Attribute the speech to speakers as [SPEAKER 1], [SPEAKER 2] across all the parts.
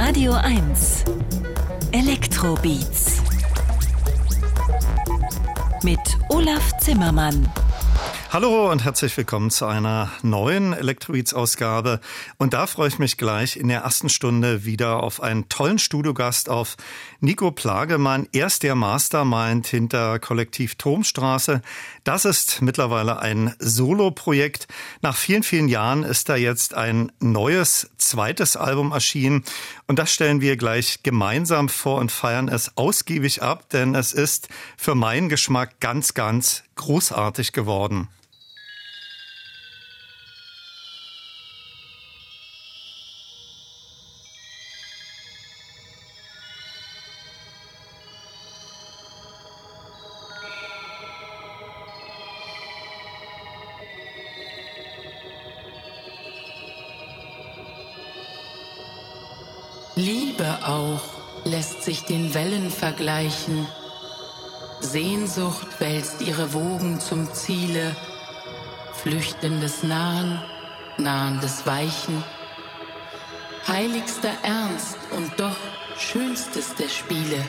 [SPEAKER 1] Radio 1 Elektrobeats mit Olaf Zimmermann.
[SPEAKER 2] Hallo und herzlich willkommen zu einer neuen Elektrobeats-Ausgabe. Und da freue ich mich gleich in der ersten Stunde wieder auf einen tollen Studiogast, auf Nico Plagemann. Er ist der Mastermind hinter Kollektiv Turmstraße. Das ist mittlerweile ein Solo-Projekt. Nach vielen, vielen Jahren ist da jetzt ein neues, zweites Album erschienen. Und das stellen wir gleich gemeinsam vor und feiern es ausgiebig ab, denn es ist für meinen Geschmack ganz, ganz großartig geworden.
[SPEAKER 3] Liebe auch lässt sich den Wellen vergleichen. Sehnsucht wälzt ihre Wogen zum Ziele. Flüchtendes Nahen, nahendes Weichen. Heiligster Ernst und doch schönstes der Spiele.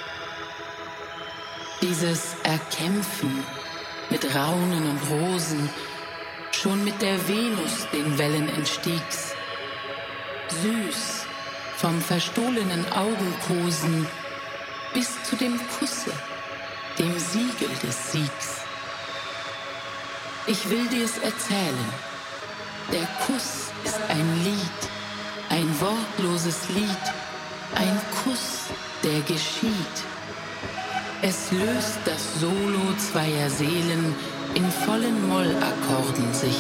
[SPEAKER 3] Dieses Erkämpfen mit Raunen und Rosen, schon mit der Venus den Wellen entstieg's. Süß vom verstohlenen Augenkosen bis zu dem Kusse, dem Siegel des Siegs. Ich will dir's erzählen. Der Kuss ist ein Lied, ein wortloses Lied, ein Kuss, der geschieht. Es löst das Solo zweier Seelen in vollen Mollakkorden sich.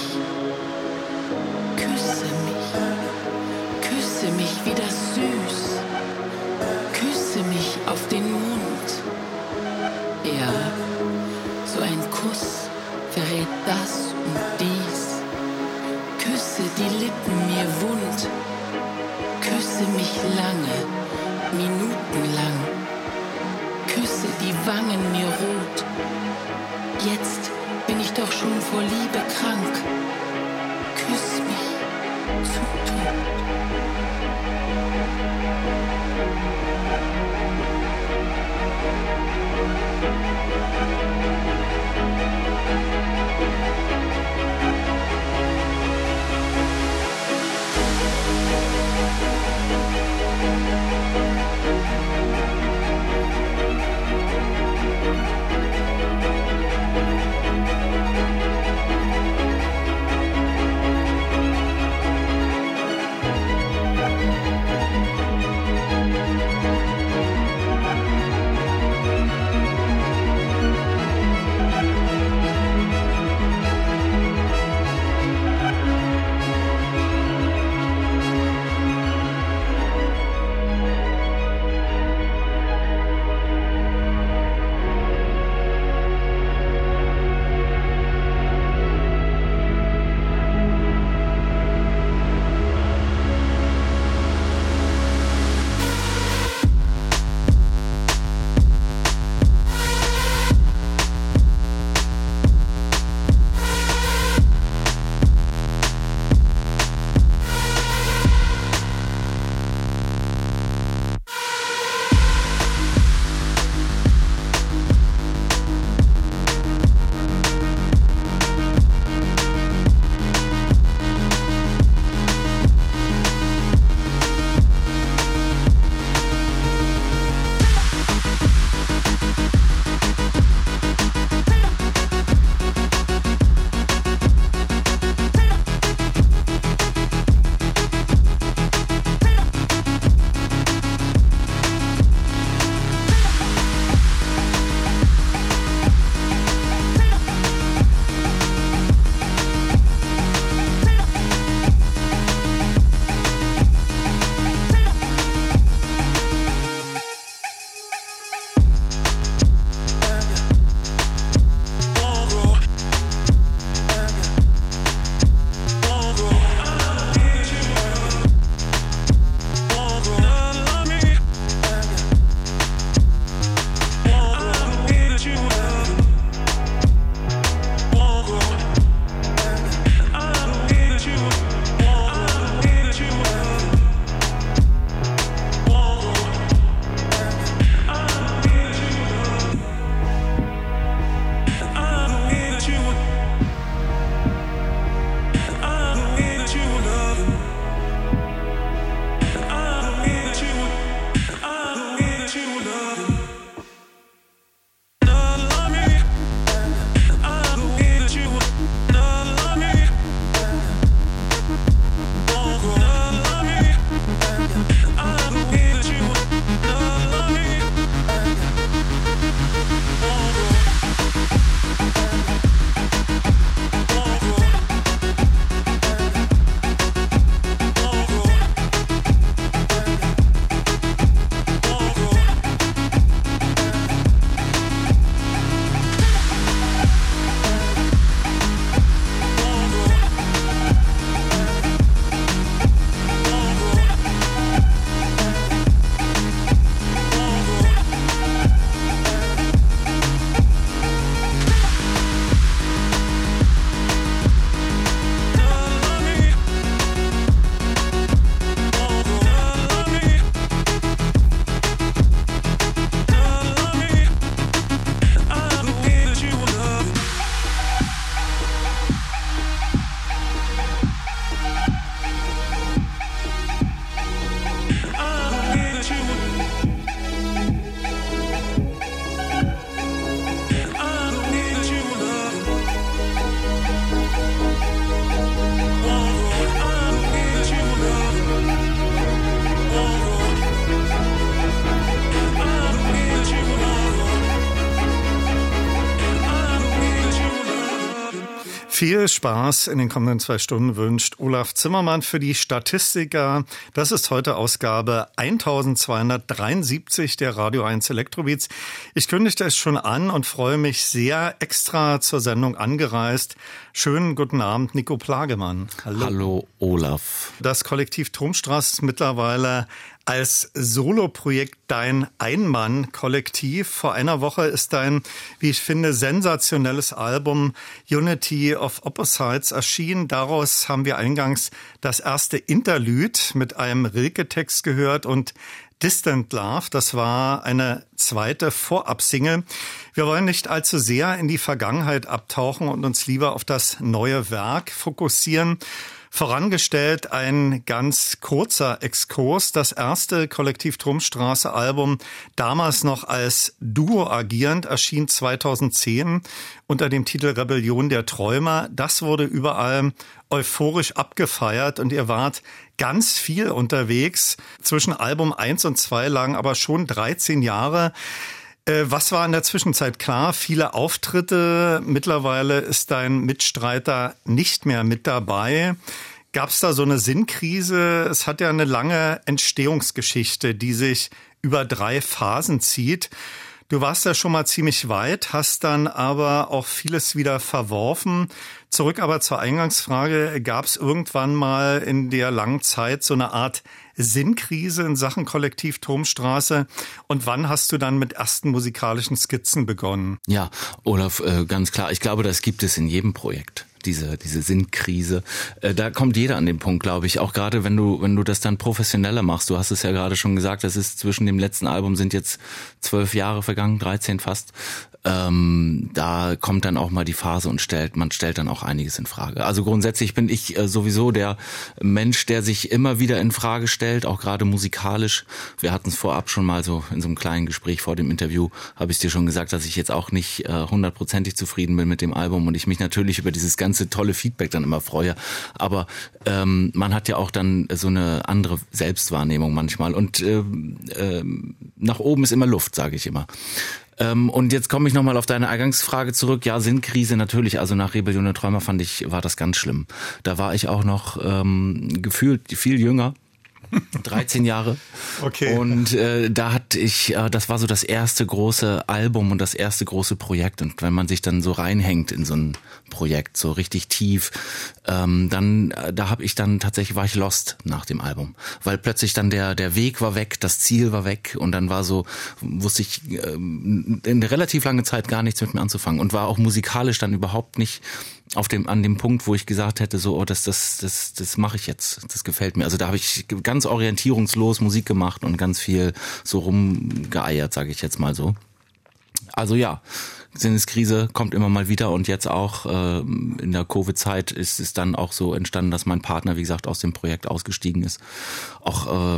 [SPEAKER 3] Küsse mich wieder süß, küsse mich auf den Mund. Ja, so ein Kuss verrät das und dies. Küsse die Lippen mir wund, küsse mich lange, minutenlang. Küsse die Wangen mir rot. Jetzt bin ich doch schon vor Liebe krank. Küss mich zu Tod.
[SPEAKER 2] Viel Spaß in den kommenden 2 Stunden wünscht Olaf Zimmermann für die Statistiker. Das ist heute Ausgabe 1273 der Radio 1 Elektrobeats. Ich kündigte es schon an und freue mich sehr, extra zur Sendung angereist. Schönen guten Abend, Nico Plagemann.
[SPEAKER 4] Hallo. Hallo, Olaf.
[SPEAKER 2] Das Kollektiv Turmstraße ist mittlerweile als Soloprojekt dein Ein-Mann-Kollektiv. Vor einer Woche ist dein, wie ich finde, sensationelles Album Unity of Opposites erschienen. Daraus haben wir eingangs das erste Interlude mit einem Rilke-Text gehört und Distant Love, das war eine zweite Vorab-Single. Wir wollen nicht allzu sehr in die Vergangenheit abtauchen und uns lieber auf das neue Werk fokussieren. Vorangestellt ein ganz kurzer Exkurs. Das erste Kollektiv Turmstraße Album, damals noch als Duo agierend, erschien 2010 unter dem Titel Rebellion der Träumer. Das wurde überall euphorisch abgefeiert und ihr wart ganz viel unterwegs. Zwischen Album 1 und 2 lagen aber schon 13 Jahre. Was war in der Zwischenzeit klar? Viele Auftritte. Mittlerweile ist dein Mitstreiter nicht mehr mit dabei. Gab es da so eine Sinnkrise? Es hat ja eine lange Entstehungsgeschichte, die sich über 3 Phasen zieht. Du warst ja schon mal ziemlich weit, hast dann aber auch vieles wieder verworfen. Zurück aber zur Eingangsfrage. Gab es irgendwann mal in der langen Zeit so eine Art Sinnkrise in Sachen Kollektiv Turmstraße? Und wann hast du dann mit ersten musikalischen Skizzen begonnen?
[SPEAKER 4] Ja, Olaf, ganz klar. Ich glaube, das gibt es in jedem Projekt. Diese Sinnkrise. Da kommt jeder an den Punkt, glaube ich. Auch gerade, wenn du das dann professioneller machst. Du hast es ja gerade schon gesagt, das ist zwischen dem letzten Album sind jetzt 12 Jahre vergangen, 13 fast. Da kommt dann auch mal die Phase und man stellt dann auch einiges in Frage. Also grundsätzlich bin ich sowieso der Mensch, der sich immer wieder in Frage stellt, auch gerade musikalisch. Wir hatten es vorab schon mal so in so einem kleinen Gespräch vor dem Interview, habe ich dir schon gesagt, dass ich jetzt auch nicht 100%ig zufrieden bin mit dem Album und ich mich natürlich über dieses ganze tolle Feedback dann immer freue. Aber man hat ja auch dann so eine andere Selbstwahrnehmung manchmal und nach oben ist immer Luft, sage ich immer. Und jetzt komme ich nochmal auf deine Eingangsfrage zurück. Ja, Sinnkrise natürlich. Also nach Rebellion der Träumer war das ganz schlimm. Da war ich auch noch gefühlt viel jünger. 13 Jahre.
[SPEAKER 2] Okay.
[SPEAKER 4] Und da hatte ich, das war so das erste große Album und das erste große Projekt. Und wenn man sich dann so reinhängt in so ein Projekt, so richtig tief, war ich lost nach dem Album. Weil plötzlich dann der Weg war weg, das Ziel war weg und dann wusste ich in einer relativ lange Zeit gar nichts mit mir anzufangen und war auch musikalisch dann überhaupt nicht an dem Punkt, wo ich gesagt hätte, so, das mache ich jetzt, das gefällt mir. Also da habe ich ganz orientierungslos Musik gemacht und ganz viel so rumgeeiert, sage ich jetzt mal so. Also ja, Sinneskrise kommt immer mal wieder und jetzt auch in der Covid-Zeit ist es dann auch so entstanden, dass mein Partner, wie gesagt, aus dem Projekt ausgestiegen ist. Auch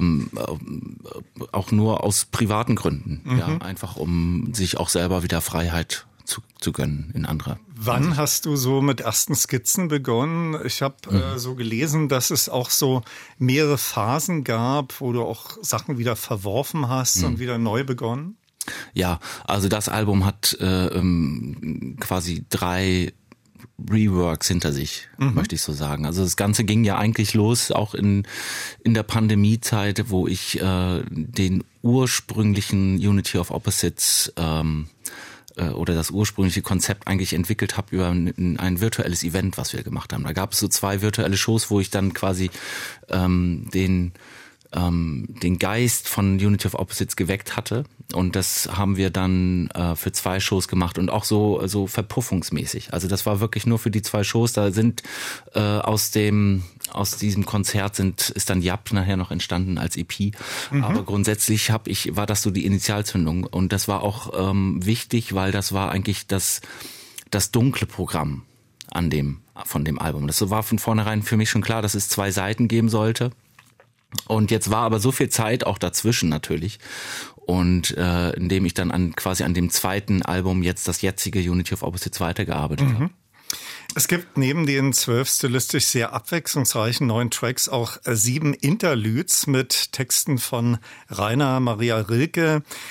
[SPEAKER 4] nur aus privaten Gründen, ja, einfach um sich auch selber wieder Freiheit zu gönnen in anderer.
[SPEAKER 2] Wann hast du so mit ersten Skizzen begonnen? Ich habe so gelesen, dass es auch so mehrere Phasen gab, wo du auch Sachen wieder verworfen hast und wieder neu begonnen.
[SPEAKER 4] Ja, also das Album hat quasi 3 Reworks hinter sich, möchte ich so sagen. Also das Ganze ging ja eigentlich los, auch in der Pandemiezeit, wo ich den ursprünglichen Unity of Opposites oder das ursprüngliche Konzept eigentlich entwickelt habe über ein virtuelles Event, was wir gemacht haben. Da gab es so 2 virtuelle Shows, wo ich dann quasi den Geist von Unity of Opposites geweckt hatte. Und das haben wir dann für 2 Shows gemacht und auch so verpuffungsmäßig. Also das war wirklich nur für die 2 Shows. Da sind aus diesem Konzert ist dann Jap nachher noch entstanden als EP. Aber grundsätzlich war das so die Initialzündung. Und das war auch wichtig, weil das war eigentlich das dunkle Programm von dem Album. Das war von vornherein für mich schon klar, dass es 2 Seiten geben sollte. Und jetzt war aber so viel Zeit auch dazwischen natürlich. Und indem ich dann quasi an dem zweiten Album jetzt das jetzige Unity of Opposites weitergearbeitet habe.
[SPEAKER 2] Es gibt neben den 12 stilistisch sehr abwechslungsreichen neuen Tracks auch 7 Interludes mit Texten von Rainer Maria Rilke.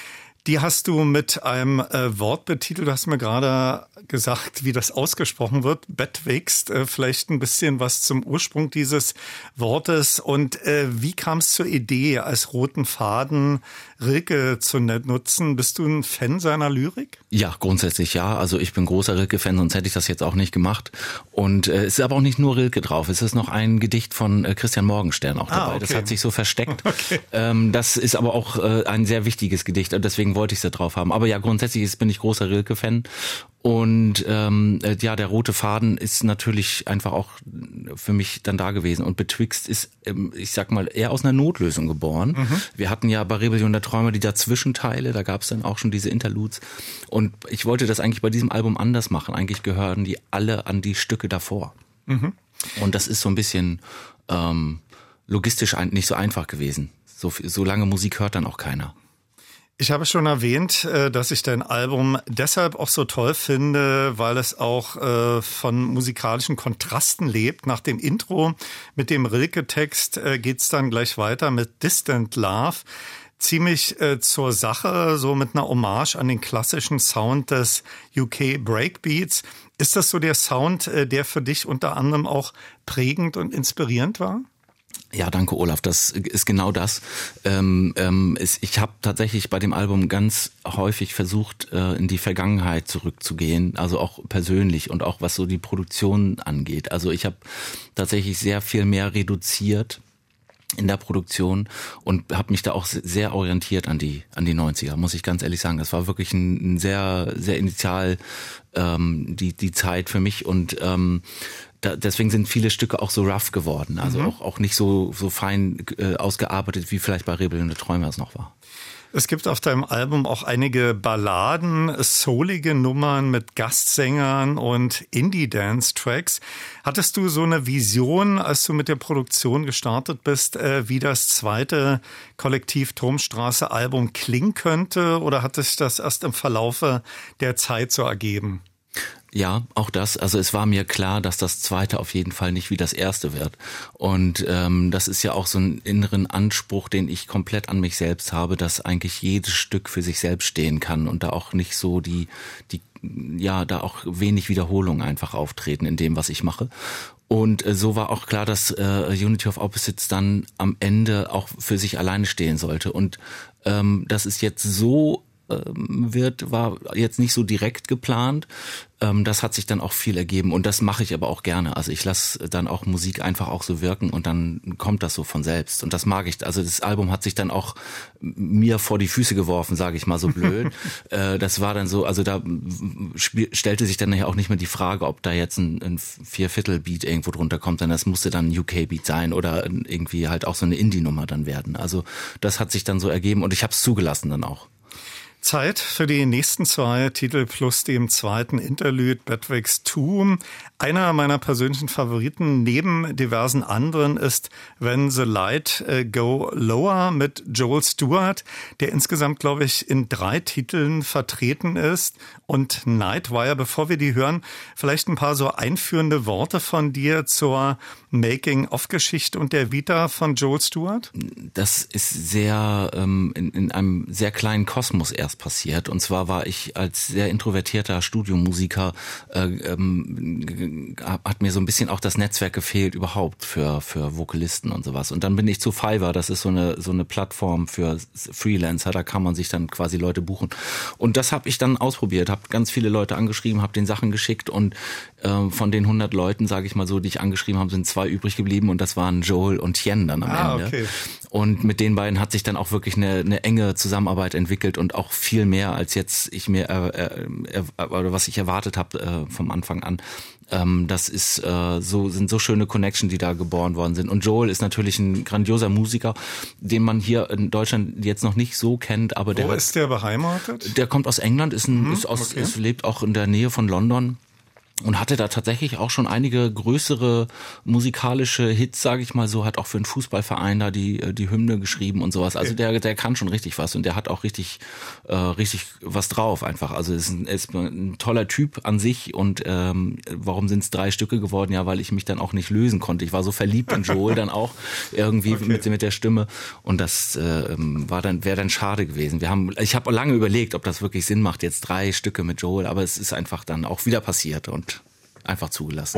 [SPEAKER 2] Die hast du mit einem Wort betitelt. Du hast mir gerade gesagt, wie das ausgesprochen wird. Betwixt. Vielleicht ein bisschen was zum Ursprung dieses Wortes. Und wie kam es zur Idee, als roten Faden Rilke zu nutzen? Bist du ein Fan seiner Lyrik?
[SPEAKER 4] Ja, grundsätzlich ja. Also ich bin großer Rilke-Fan, sonst hätte ich das jetzt auch nicht gemacht. Und es ist aber auch nicht nur Rilke drauf. Es ist noch ein Gedicht von Christian Morgenstern auch dabei. Okay. Das hat sich so versteckt. Okay. Das ist aber auch ein sehr wichtiges Gedicht. Und deswegen wollte ich es da drauf haben. Aber ja, grundsätzlich bin ich großer Rilke-Fan. Und ja, der rote Faden ist natürlich einfach auch für mich dann da gewesen. Und Betwixt ist, ich sag mal, eher aus einer Notlösung geboren. Wir hatten ja bei Rebellion der Träume die Dazwischenteile, da gab es dann auch schon diese Interludes. Und ich wollte das eigentlich bei diesem Album anders machen. Eigentlich gehören die alle an die Stücke davor. Und das ist so ein bisschen logistisch nicht so einfach gewesen. So lange Musik hört dann auch keiner.
[SPEAKER 2] Ich habe schon erwähnt, dass ich dein Album deshalb auch so toll finde, weil es auch von musikalischen Kontrasten lebt. Nach dem Intro mit dem Rilke-Text geht's dann gleich weiter mit Distant Love. Ziemlich zur Sache, so mit einer Hommage an den klassischen Sound des UK Breakbeats. Ist das so der Sound, der für dich unter anderem auch prägend und inspirierend war?
[SPEAKER 4] Ja, danke Olaf, das ist genau das. Ich habe tatsächlich bei dem Album ganz häufig versucht, in die Vergangenheit zurückzugehen, also auch persönlich und auch was so die Produktion angeht. Also ich habe tatsächlich sehr viel mehr reduziert in der Produktion und habe mich da auch sehr orientiert an die 90er, muss ich ganz ehrlich sagen. Das war wirklich ein sehr, sehr initial die Zeit für mich und deswegen sind viele Stücke auch so rough geworden, also auch nicht so fein ausgearbeitet, wie vielleicht bei Rebellion der Träume es noch war.
[SPEAKER 2] Es gibt auf deinem Album auch einige Balladen, soulige Nummern mit Gastsängern und Indie-Dance-Tracks. Hattest du so eine Vision, als du mit der Produktion gestartet bist, wie das zweite Kollektiv Turmstraße-Album klingen könnte? Oder hat sich das erst im Verlaufe der Zeit so ergeben?
[SPEAKER 4] Ja, auch das. Also es war mir klar, dass das zweite auf jeden Fall nicht wie das erste wird. Und das ist ja auch so ein inneren Anspruch, den ich komplett an mich selbst habe, dass eigentlich jedes Stück für sich selbst stehen kann und da auch nicht so da auch wenig Wiederholungen einfach auftreten in dem, was ich mache. Und so war auch klar, dass Unity of Opposites dann am Ende auch für sich alleine stehen sollte. Und dass es jetzt so war jetzt nicht so direkt geplant. Das hat sich dann auch viel ergeben und das mache ich aber auch gerne. Also ich lasse dann auch Musik einfach auch so wirken und dann kommt das so von selbst und das mag ich. Also das Album hat sich dann auch mir vor die Füße geworfen, sage ich mal so blöd. Das war dann so, also da stellte sich dann ja auch nicht mehr die Frage, ob da jetzt ein Vierviertel-Beat irgendwo drunter kommt, sondern das musste dann ein UK-Beat sein oder irgendwie halt auch so eine Indie-Nummer dann werden. Also das hat sich dann so ergeben und ich habe es zugelassen dann auch.
[SPEAKER 2] Zeit für die nächsten zwei Titel plus dem zweiten Interlude, Betwixt 2. Einer meiner persönlichen Favoriten neben diversen anderen ist When the Light Go Lower mit Joel Stewart, der insgesamt, glaube ich, in 3 Titeln vertreten ist. Und Nightwire, bevor wir die hören, vielleicht ein paar so einführende Worte von dir zur Making-of-Geschichte und der Vita von Joel Stewart?
[SPEAKER 4] Das ist sehr in einem sehr kleinen Kosmos erst passiert. Und zwar war ich als sehr introvertierter Studiomusiker, hat mir so ein bisschen auch das Netzwerk gefehlt überhaupt für Vokalisten und sowas. Und dann bin ich zu Fiverr, das ist so eine Plattform für Freelancer, da kann man sich dann quasi Leute buchen. Und das habe ich dann ausprobiert, habe ganz viele Leute angeschrieben, habe den Sachen geschickt und von den 100 Leuten, sage ich mal so, die ich angeschrieben habe, sind 2 übrig geblieben und das waren Joel und Tien dann am Ende. Okay. Und mit den beiden hat sich dann auch wirklich eine enge Zusammenarbeit entwickelt und auch viel mehr als jetzt ich mir oder was ich erwartet habe vom Anfang an. Das ist sind so schöne Connections, die da geboren worden sind. Und Joel ist natürlich ein grandioser Musiker, den man hier in Deutschland jetzt noch nicht so kennt, aber
[SPEAKER 2] Wo ist der beheimatet?
[SPEAKER 4] Der kommt aus England, lebt auch in der Nähe von London. Und hatte da tatsächlich auch schon einige größere musikalische Hits, sage ich mal so, hat auch für einen Fußballverein da die Hymne geschrieben und sowas. Also der kann schon richtig was und der hat auch richtig was drauf einfach. Also ist ein toller Typ an sich und warum sind es 3 Stücke geworden? Ja, weil ich mich dann auch nicht lösen konnte. Ich war so verliebt in Joel dann auch irgendwie mit der Stimme und das wäre dann schade gewesen. Ich habe lange überlegt, ob das wirklich Sinn macht, jetzt 3 Stücke mit Joel, aber es ist einfach dann auch wieder passiert und einfach zugelassen.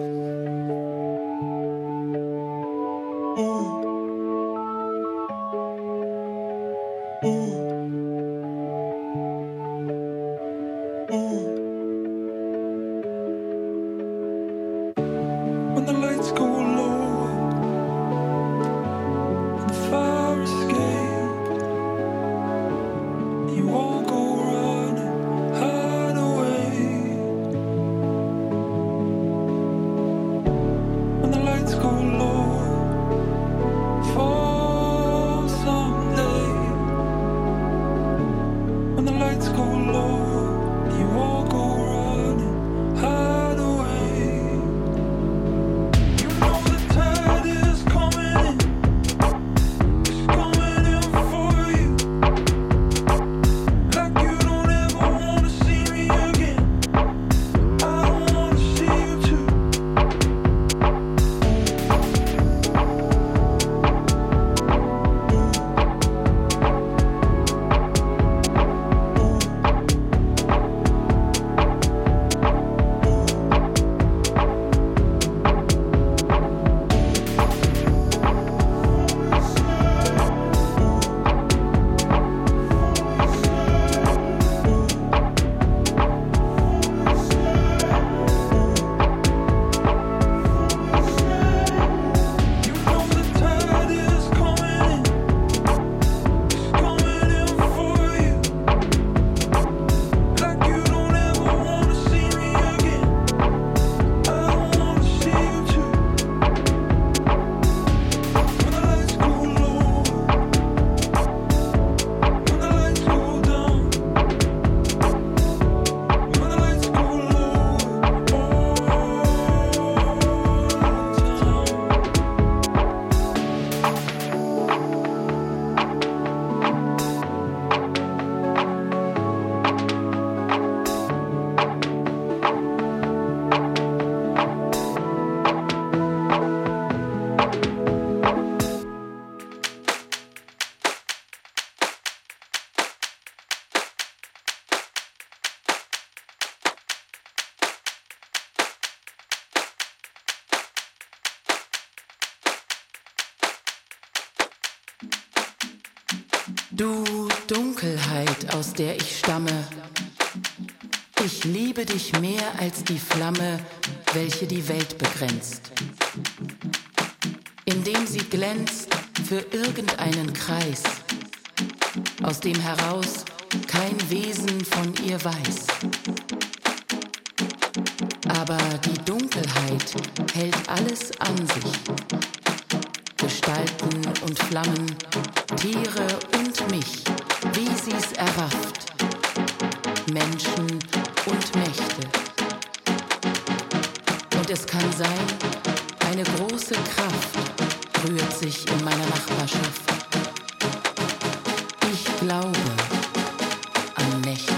[SPEAKER 3] Du Dunkelheit, aus der ich stamme, ich liebe dich mehr als die Flamme, welche die Welt begrenzt. Indem sie glänzt für irgendeinen Kreis, aus dem heraus kein Wesen von ihr weiß. Aber die Dunkelheit hält alles an sich. Gestalten und Flammen, Tiere und mich, wie sie's errafft, Menschen und Mächte. Und es kann sein, eine große Kraft rührt sich in meiner Nachbarschaft. Ich glaube an Nächte.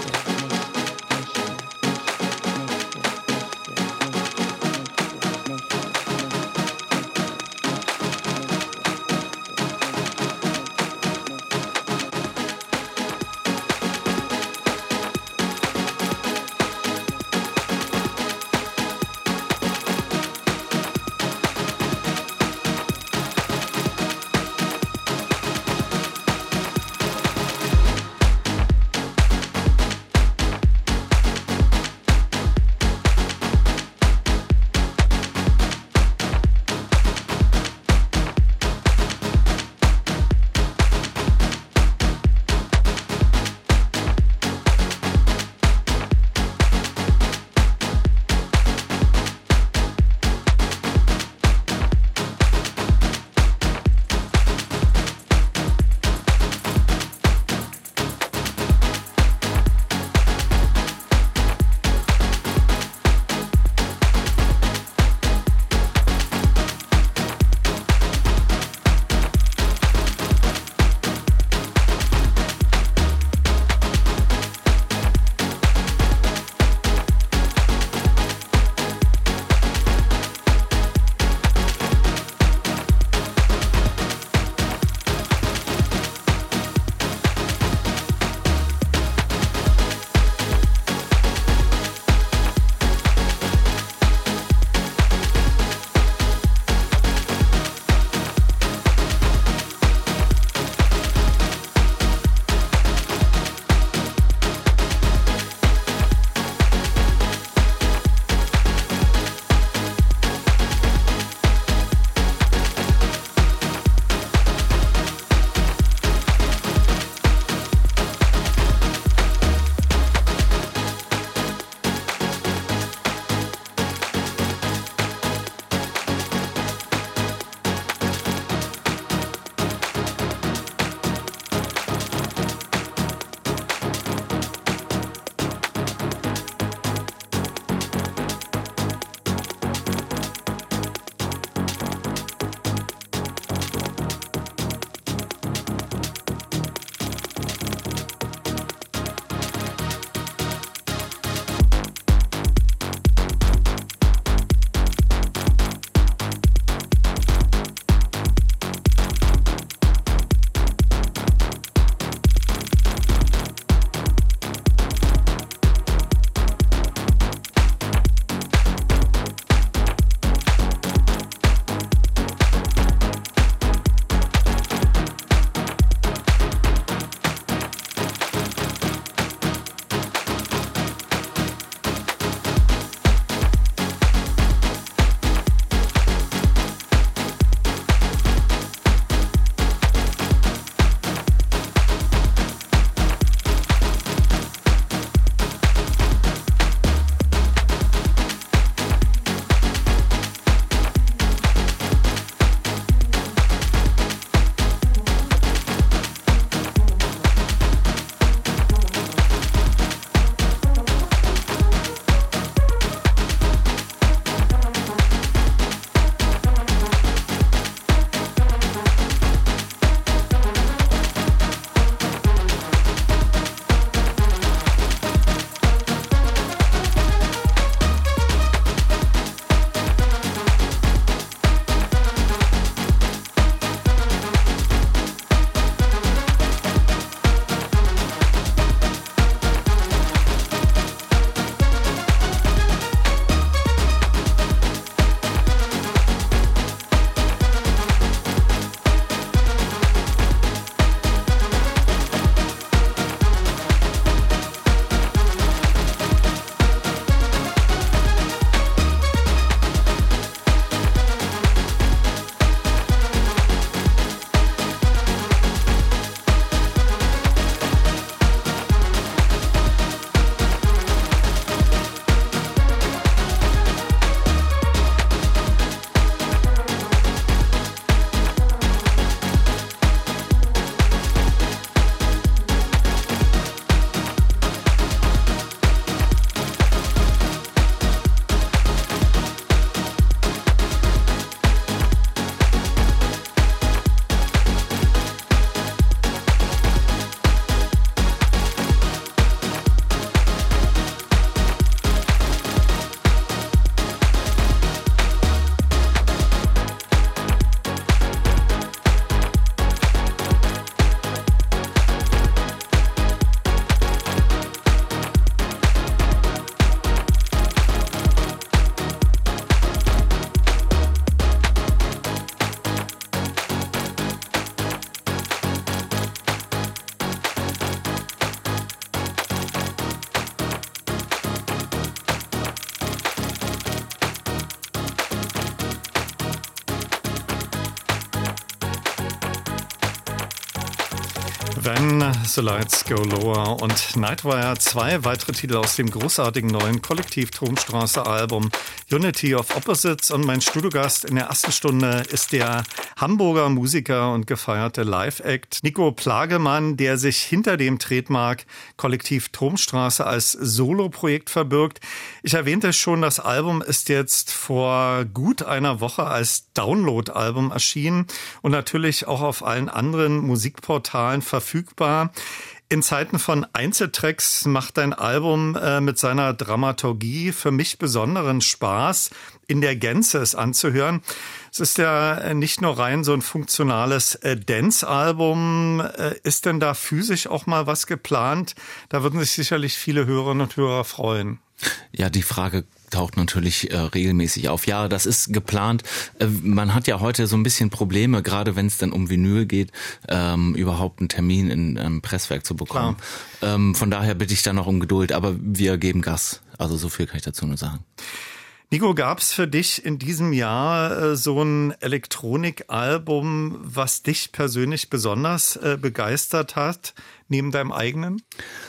[SPEAKER 2] When the Lights Go Lower und Nightwire, 2 weitere Titel aus dem großartigen neuen Kollektiv Turmstraße Album Unity of Opposites. Und mein Studiogast in der ersten Stunde ist der Hamburger Musiker und gefeierte Live-Act Nico Plagemann, der sich hinter dem Trademark Kollektiv Turmstraße als Soloprojekt verbirgt. Ich erwähnte schon, das Album ist jetzt vor gut einer Woche als Download-Album erschienen und natürlich auch auf allen anderen Musikportalen verfügbar. In Zeiten von Einzeltracks macht dein Album mit seiner Dramaturgie für mich besonderen Spaß, in der Gänze es anzuhören. Es ist ja nicht nur rein so ein funktionales Dance-Album. Ist denn da physisch auch mal was geplant? Da würden sich sicherlich viele Hörerinnen und Hörer freuen.
[SPEAKER 4] Ja, die Frage taucht natürlich regelmäßig auf. Ja, das ist geplant. Man hat ja heute so ein bisschen Probleme, gerade wenn es dann um Vinyl geht, überhaupt einen Termin in einem Presswerk zu bekommen. Von daher bitte ich da noch um Geduld, aber wir geben Gas. Also so viel kann ich dazu nur sagen.
[SPEAKER 2] Nico, gab's für dich in diesem Jahr so ein Elektronikalbum, was dich persönlich besonders begeistert hat, neben deinem eigenen?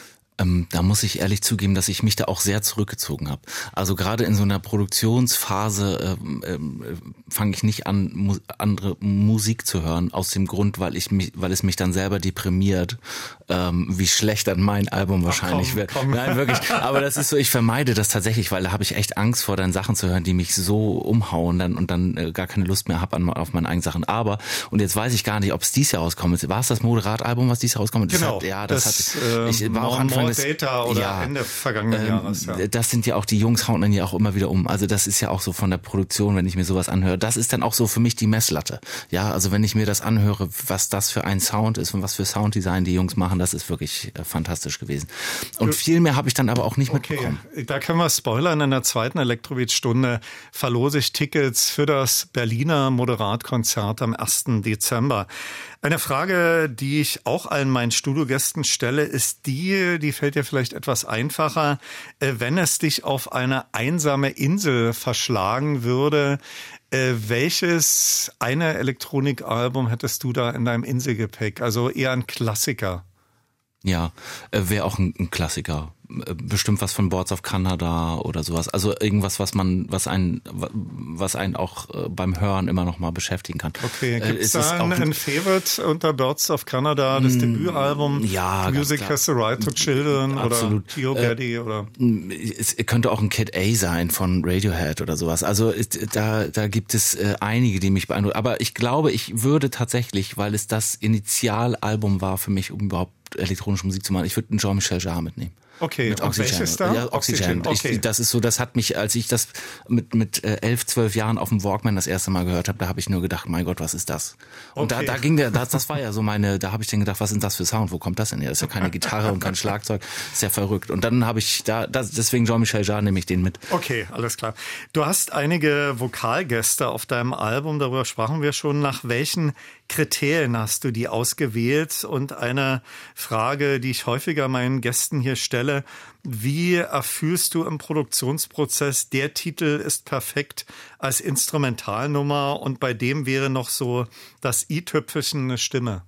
[SPEAKER 4] Da muss ich ehrlich zugeben, dass ich mich da auch sehr zurückgezogen habe. Also gerade in so einer Produktionsphase fange ich nicht an, andere Musik zu hören, aus dem Grund, weil es mich dann selber deprimiert, wie schlecht dann mein Album wahrscheinlich wird. Nein, wirklich. Aber das ist so, ich vermeide das tatsächlich, weil da habe ich echt Angst vor, dann Sachen zu hören, die mich so umhauen und dann gar keine Lust mehr habe auf meine eigenen Sachen. Aber, und jetzt weiß ich gar nicht, ob es dieses Jahr rauskommt. War es das Moderat-Album, was dieses Jahr rauskommt?
[SPEAKER 2] Genau.
[SPEAKER 4] Ich war auch Anfang
[SPEAKER 2] Data oder Ende vergangenen Jahres. Ja.
[SPEAKER 4] Das sind ja auch, die Jungs hauen dann ja auch immer wieder um. Also das ist ja auch so von der Produktion, wenn ich mir sowas anhöre. Das ist dann auch so für mich die Messlatte. Ja, also wenn ich mir das anhöre, was das für ein Sound ist und was für Sounddesign die Jungs machen, das ist wirklich fantastisch gewesen. Und viel mehr habe ich dann aber auch nicht mitbekommen.
[SPEAKER 2] Da können wir spoilern. In der zweiten Elektrobeat-Stunde verlose ich Tickets für das Berliner Moderat-Konzert am 1. Dezember. Eine Frage, die ich auch allen meinen Studiogästen stelle, ist die fällt dir vielleicht etwas einfacher. Wenn es dich auf eine einsame Insel verschlagen würde, welches eine Elektronikalbum hättest du da in deinem Inselgepäck? Also eher ein Klassiker.
[SPEAKER 4] Ja, wäre auch ein Klassiker. Bestimmt was von Boards of Canada oder sowas. Also irgendwas, was einen auch beim Hören immer noch mal beschäftigen kann.
[SPEAKER 2] Okay, gibt es da ein Favorite unter Boards of Canada, das Debütalbum?
[SPEAKER 4] Ja,
[SPEAKER 2] Music Has the Right to Children
[SPEAKER 4] absolut.
[SPEAKER 2] Oder Theo Gaddy oder?
[SPEAKER 4] Es könnte auch ein Kid A sein von Radiohead oder sowas. Also da gibt es einige, die mich beeindrucken. Aber ich glaube, ich würde tatsächlich, weil es das Initialalbum war für mich, um überhaupt elektronische Musik zu machen, ich würde einen Jean-Michel Jarre mitnehmen.
[SPEAKER 2] Okay,
[SPEAKER 4] mit
[SPEAKER 2] und welches da?
[SPEAKER 4] Ja, Oxygen.
[SPEAKER 2] Okay.
[SPEAKER 4] Das ist so, das hat mich, als ich das mit 11, 12 Jahren auf dem Walkman das erste Mal gehört habe, da habe ich nur gedacht, mein Gott, was ist das? Und
[SPEAKER 2] okay.
[SPEAKER 4] da ging das war ja so da habe ich dann gedacht, was ist das für Sound? Wo kommt das denn her? Das ist ja keine Gitarre und kein Schlagzeug. Das ist ja verrückt. Und dann habe ich deswegen Jean-Michel Jarre, nehme ich den mit.
[SPEAKER 2] Okay, alles klar. Du hast einige Vokalgäste auf deinem Album, darüber sprachen wir schon. Nach welchen Kriterien hast du die ausgewählt? Und eine Frage, die ich häufiger meinen Gästen hier stelle: Wie erfüllst du im Produktionsprozess, der Titel ist perfekt als Instrumentalnummer und bei dem wäre noch so das i-Tüpfelchen eine Stimme?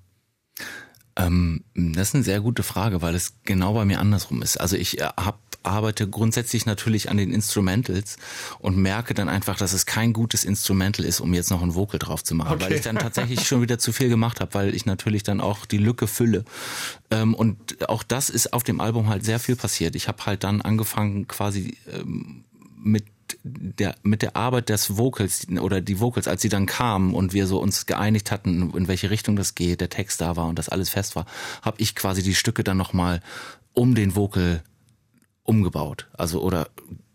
[SPEAKER 4] Das ist eine sehr gute Frage, weil es genau bei mir andersrum ist. Also ich arbeite grundsätzlich natürlich an den Instrumentals und merke dann einfach, dass es kein gutes Instrumental ist, um jetzt noch ein Vocal drauf zu machen, weil ich dann tatsächlich schon wieder zu viel gemacht habe, weil ich natürlich dann auch die Lücke fülle. Und auch das ist auf dem Album halt sehr viel passiert. Ich habe halt dann angefangen quasi mit der Arbeit des Vocals oder die Vocals, als sie dann kamen und wir so uns geeinigt hatten, in welche Richtung das geht, der Text da war und das alles fest war, habe ich quasi die Stücke dann nochmal um den Vocal umgebaut. Also oder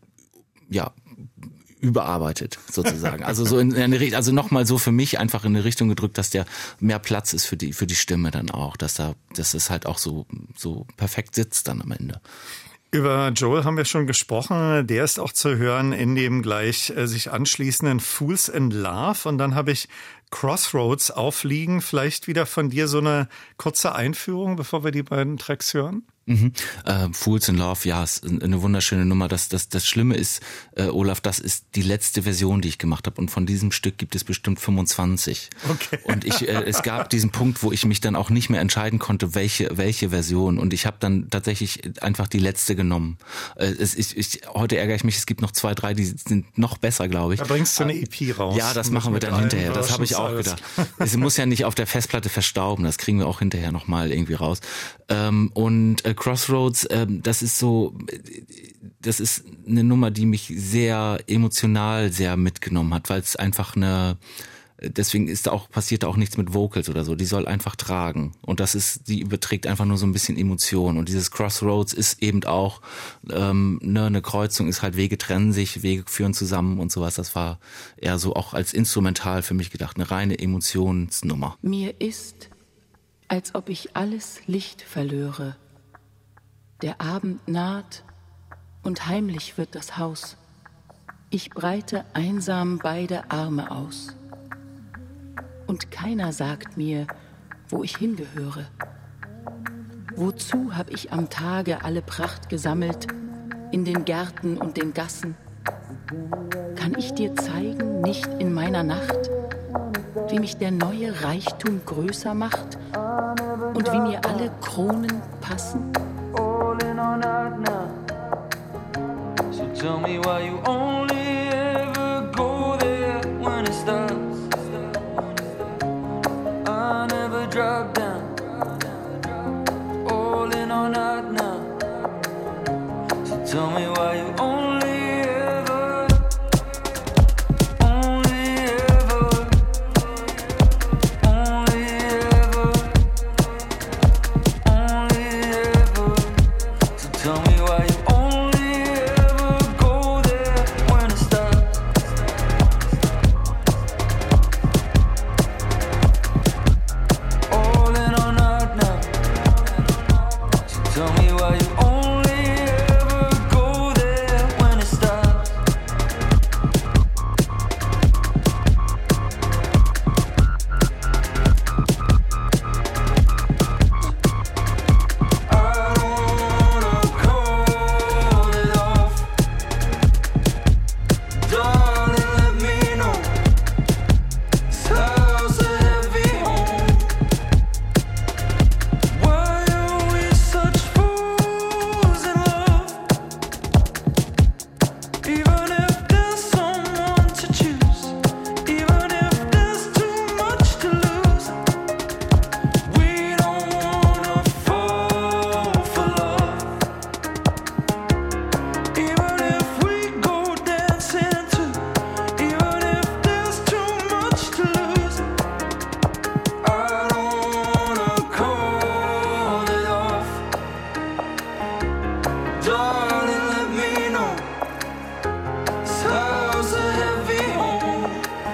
[SPEAKER 4] ja, überarbeitet sozusagen. Also so in eine Richtung, also nochmal so für mich einfach in eine Richtung gedrückt, dass der mehr Platz ist für die Stimme dann auch, dass es halt auch so perfekt sitzt dann am Ende.
[SPEAKER 2] Über Joel haben wir schon gesprochen. Der ist auch zu hören in dem gleich sich anschließenden Fools in Love. Und dann habe ich Crossroads aufliegen. Vielleicht wieder von dir so eine kurze Einführung, bevor wir die beiden Tracks hören?
[SPEAKER 4] Fools in Love, ja, ist eine wunderschöne Nummer. Das Schlimme ist, Olaf, das ist die letzte Version, die ich gemacht habe. Und von diesem Stück gibt es bestimmt 25. Okay. Und es gab diesen Punkt, wo ich mich dann auch nicht mehr entscheiden konnte, welche Version. Und ich habe dann tatsächlich einfach die letzte genommen. Heute ärgere ich mich, es gibt noch 2, 3, die sind noch besser, glaube ich.
[SPEAKER 2] Da bringst du eine EP raus.
[SPEAKER 4] Ja, das machen wir dann hinterher. Das habe ich auch gedacht. Es muss ja nicht auf der Festplatte verstauben. Das kriegen wir auch hinterher nochmal irgendwie raus. Und Crossroads, das ist eine Nummer, die mich sehr emotional sehr mitgenommen hat, weil es einfach deswegen passiert da auch nichts mit Vocals oder so. Die soll einfach tragen. Und die überträgt einfach nur so ein bisschen Emotion. Und dieses Crossroads ist eben auch, eine Kreuzung ist halt, Wege trennen sich, Wege führen zusammen und sowas. Das war eher so auch als instrumental für mich gedacht, eine reine Emotionsnummer.
[SPEAKER 3] Mir ist, als ob ich alles Licht verlöre. Der Abend naht und heimlich wird das Haus. Ich breite einsam beide Arme aus. Und keiner sagt mir, wo ich hingehöre. Wozu hab ich am Tage alle Pracht gesammelt, in den Gärten und den Gassen? Kann ich dir zeigen, nicht in meiner Nacht, wie mich der neue Reichtum größer macht und wie mir alle Kronen passen?
[SPEAKER 5] So tell me why you only ever go there when it starts. I never drop down, all in or not now. So tell me why you only ever So tell me why you go there when it starts. All in or not now. So tell me why you ever go there when it starts. I don't wanna call it off. Darling, let me know. This house a heavy home. Why are we such fools in love? Even if there's someone to choose, even if there's too much to lose, we don't wanna fall for love. Even if we go dancing too, even if there's too much to lose, I don't wanna call it off. Darling, let me know. This house a heavy home.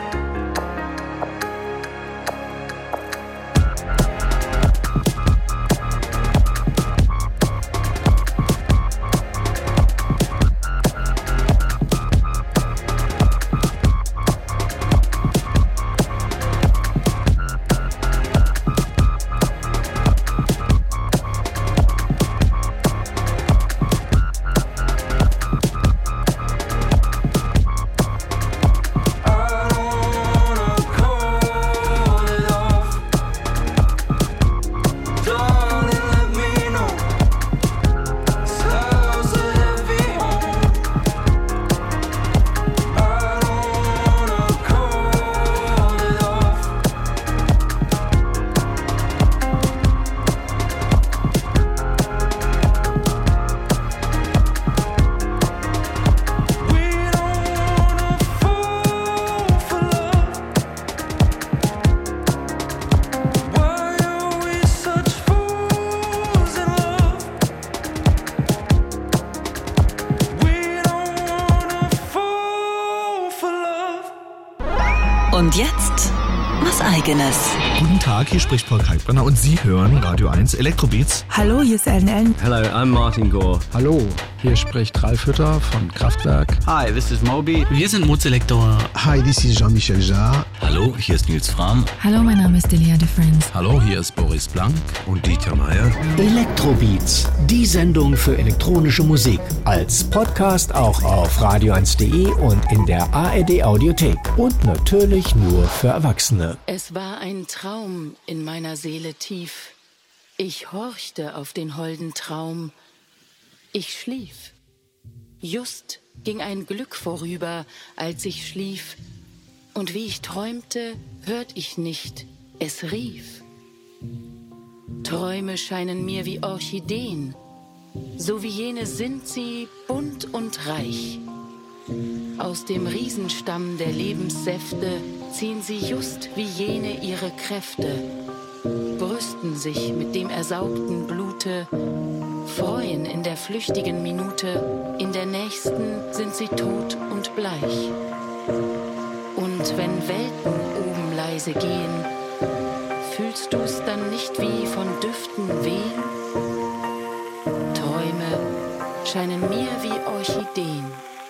[SPEAKER 5] I don't wanna call it off. Darling, let me know. This house a heavy home. I don't wanna call it off. We don't wanna fall for love. Why are we such fools in love? We don't wanna fall for love.
[SPEAKER 1] Und jetzt was Eigenes.
[SPEAKER 6] Guten Tag, hier spricht Paul Kalkbrenner und Sie hören Radio 1 Elektrobeats.
[SPEAKER 7] Hallo, hier ist Ellen Ellen.
[SPEAKER 8] Hello, I'm Martin Gore.
[SPEAKER 9] Hallo,
[SPEAKER 6] Hier spricht Ralf Hütter von Kraftwerk.
[SPEAKER 7] Hi, this is Moby.
[SPEAKER 8] Wir sind Moodselektor.
[SPEAKER 9] Hi, this is Jean-Michel Jarre.
[SPEAKER 10] Hallo, hier ist Nils Frahm.
[SPEAKER 11] Hallo, mein Name ist Delia de Friends.
[SPEAKER 12] Hallo, hier ist Boris Blank
[SPEAKER 13] und Dieter Meier.
[SPEAKER 14] Electrobeats, die Sendung für elektronische Musik. Als Podcast auch auf radio1.de und in der ARD Audiothek. Und natürlich nur für Erwachsene.
[SPEAKER 3] Es war ein Traum in meiner Seele tief. Ich horchte auf den holden Traum. Ich schlief. Just ging ein Glück vorüber, als ich schlief. Und wie ich träumte, hört ich nicht, es rief. Träume scheinen mir wie Orchideen. So wie jene sind sie bunt und reich. Aus dem Riesenstamm der Lebenssäfte ziehen sie just wie jene ihre Kräfte. Brüsten sich mit dem ersaugten Blute, freuen in der flüchtigen Minute, in der nächsten sind sie tot und bleich. Und wenn Welten oben leise gehen, fühlst du's dann nicht wie von Düften wehen? Träume scheinen mir wie Orchideen.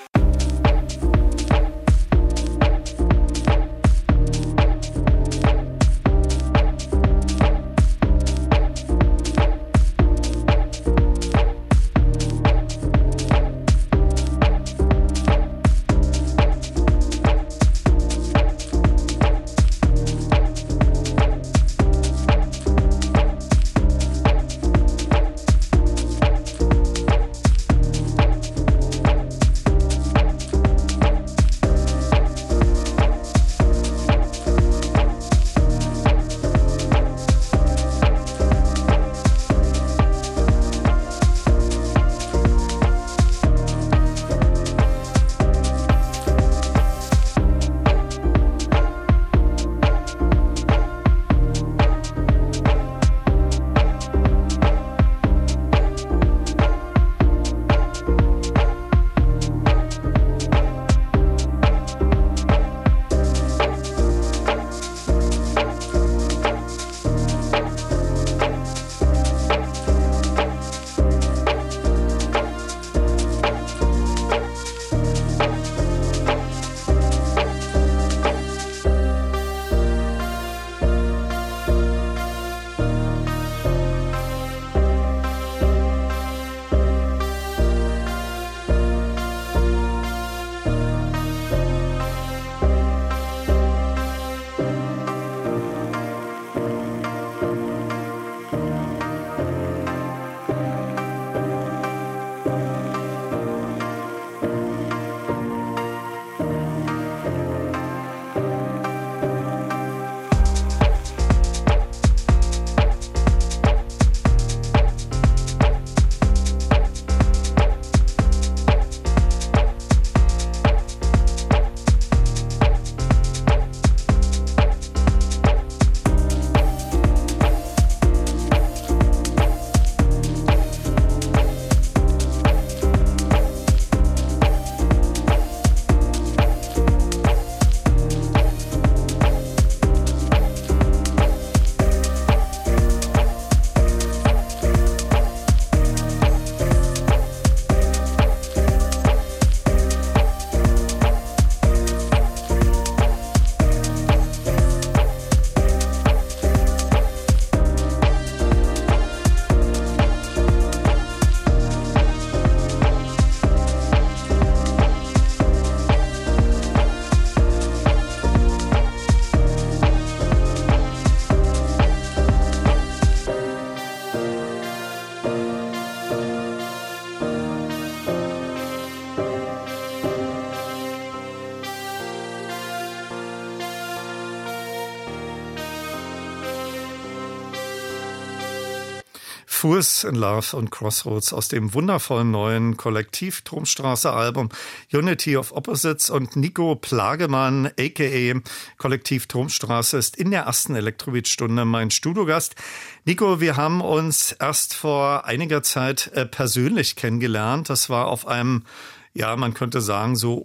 [SPEAKER 2] Fools in Love und Crossroads aus dem wundervollen neuen Kollektiv-Turmstraße-Album Unity of Opposites, und Nico Plagemann, a.k.a. Kollektiv Turmstraße, ist in der ersten Elektrobeat-Stunde mein Studiogast. Nico, wir haben uns erst vor einiger Zeit persönlich kennengelernt. Das war auf einem, ja, man könnte sagen, so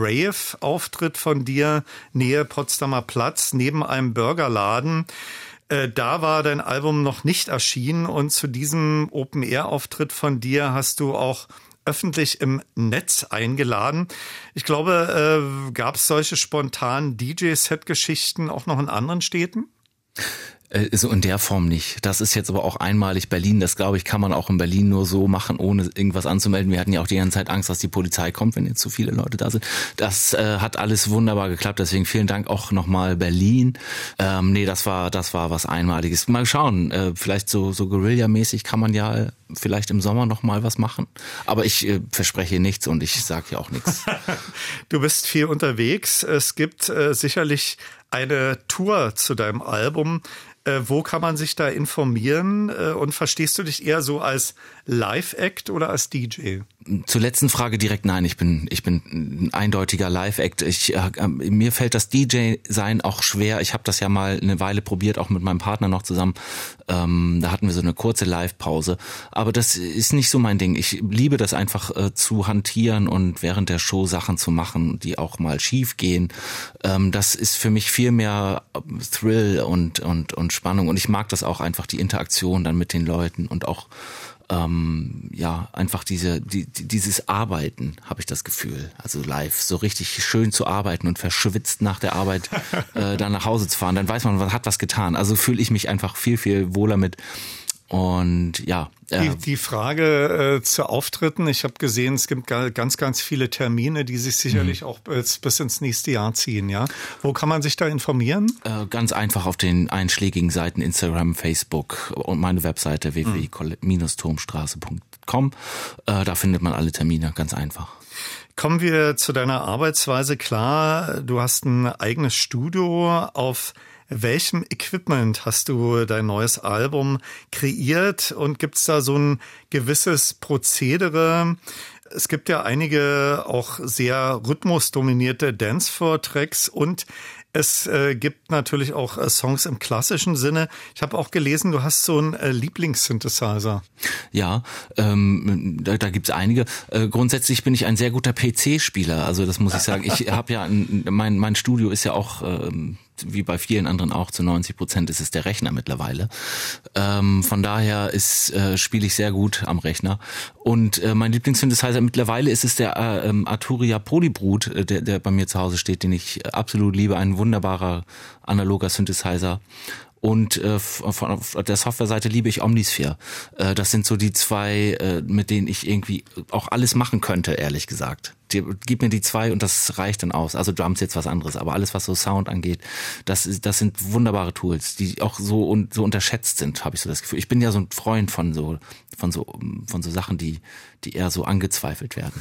[SPEAKER 2] Open-Air-Rave-Auftritt von dir, Nähe Potsdamer Platz, neben einem Burgerladen. Da war dein Album noch nicht erschienen und zu diesem Open-Air-Auftritt von dir hast du auch öffentlich im Netz eingeladen. Ich glaube, gab es solche spontanen DJ-Set-Geschichten auch noch in anderen Städten?
[SPEAKER 4] So in der Form nicht. Das ist jetzt aber auch einmalig Berlin. Das, glaube ich, kann man auch in Berlin nur so machen, ohne irgendwas anzumelden. Wir hatten ja auch die ganze Zeit Angst, dass die Polizei kommt, wenn jetzt zu viele Leute da sind. Das hat alles wunderbar geklappt. Deswegen vielen Dank auch nochmal Berlin. Nee, das war was Einmaliges. Mal schauen. Vielleicht so Guerilla-mäßig kann man ja vielleicht im Sommer nochmal was machen. Aber ich verspreche nichts und ich sage ja auch nichts.
[SPEAKER 2] Du bist viel unterwegs. Es gibt sicherlich eine Tour zu deinem Album. Wo kann man sich da informieren? Und verstehst du dich eher so als Live-Act oder als DJ?
[SPEAKER 4] Zur letzten Frage direkt nein. Ich bin ein eindeutiger Live-Act. Mir fällt das DJ-Sein auch schwer. Ich habe das ja mal eine Weile probiert, auch mit meinem Partner noch zusammen. Da hatten wir so eine kurze Live-Pause. Aber das ist nicht so mein Ding. Ich liebe das einfach zu hantieren und während der Show Sachen zu machen, die auch mal schief gehen. Das ist für mich viel mehr Thrill und Spannung. Und ich mag das auch einfach, die Interaktion dann mit den Leuten und auch einfach dieses Arbeiten, habe ich das Gefühl. Also live, so richtig schön zu arbeiten und verschwitzt nach der Arbeit dann nach Hause zu fahren. Dann weiß man, man hat was getan. Also fühle ich mich einfach viel, viel wohler mit. Und ja.
[SPEAKER 2] Die Frage zu Auftritten, ich habe gesehen, es gibt ganz, ganz viele Termine, die sich sicherlich auch bis ins nächste Jahr ziehen, ja. Wo kann man sich da informieren?
[SPEAKER 4] Ganz einfach auf den einschlägigen Seiten Instagram, Facebook und meine Webseite www.turmstraße.com. Da findet man alle Termine, ganz einfach.
[SPEAKER 2] Kommen wir zu deiner Arbeitsweise. Klar, du hast ein eigenes Studio. Auf welchem Equipment hast du dein neues Album kreiert und gibt es da so ein gewisses Prozedere? Es gibt ja einige auch sehr rhythmusdominierte Dancefloor-Tracks und es gibt natürlich auch Songs im klassischen Sinne. Ich habe auch gelesen, du hast so einen Lieblingssynthesizer.
[SPEAKER 4] Ja, da gibt's einige. Grundsätzlich bin ich ein sehr guter PC-Spieler. Also das muss ich sagen. Ich habe ja mein Studio ist ja auch wie bei vielen anderen auch zu 90% ist es der Rechner mittlerweile. Von daher spiele ich sehr gut am Rechner. Und mein Lieblingssynthesizer mittlerweile ist es der Arturia Polybrut, der bei mir zu Hause steht, den ich absolut liebe. Ein wunderbarer analoger Synthesizer. Und von der Softwareseite liebe ich Omnisphere. Das sind so die zwei, mit denen ich irgendwie auch alles machen könnte, ehrlich gesagt. Gib mir die zwei und das reicht dann aus. Also Drums jetzt was anderes, aber alles, was so Sound angeht, das sind wunderbare Tools, die auch so unterschätzt sind, habe ich so das Gefühl. Ich bin ja so ein Freund von so Sachen, die eher so angezweifelt werden.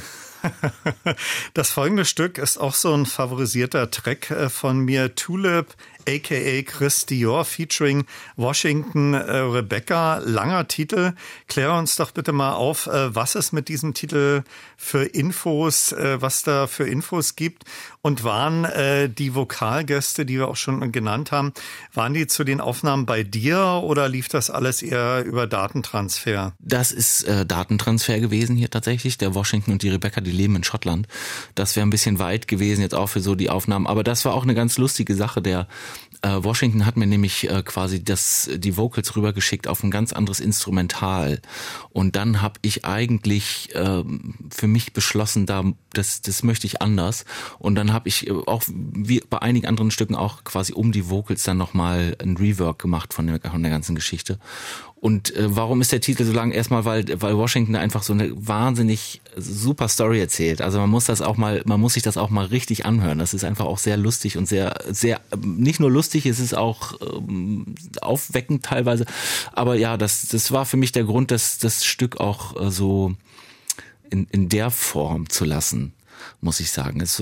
[SPEAKER 2] Das folgende Stück ist auch so ein favorisierter Track von mir, Tulip, a.k.a. Chris Dior, featuring Washington Rebecca. Langer Titel. Klär uns doch bitte mal auf, was es mit diesem Titel für Infos, was da für Infos gibt. Und waren die Vokalgäste, die wir auch schon genannt haben, waren die zu den Aufnahmen bei dir oder lief das alles eher über Datentransfer?
[SPEAKER 4] Das ist Datentransfer gewesen hier tatsächlich. Der Washington und die Rebecca, die leben in Schottland. Das wäre ein bisschen weit gewesen jetzt auch für so die Aufnahmen. Aber das war auch eine ganz lustige Sache. Der Washington hat mir nämlich quasi die Vocals rübergeschickt auf ein ganz anderes Instrumental. Und dann habe ich eigentlich für mich beschlossen, das möchte ich anders. Und dann habe ich auch wie bei einigen anderen Stücken auch quasi um die Vocals dann nochmal ein Rework gemacht von der ganzen Geschichte. Und warum ist der Titel so lang? Erstmal, weil Washington einfach so eine wahnsinnig super Story erzählt. Also man muss sich das auch mal richtig anhören. Das ist einfach auch sehr lustig und sehr, sehr, nicht nur lustig, es ist auch aufweckend teilweise. Aber ja, das war für mich der Grund, das Stück auch so in der Form zu lassen, muss ich sagen. Es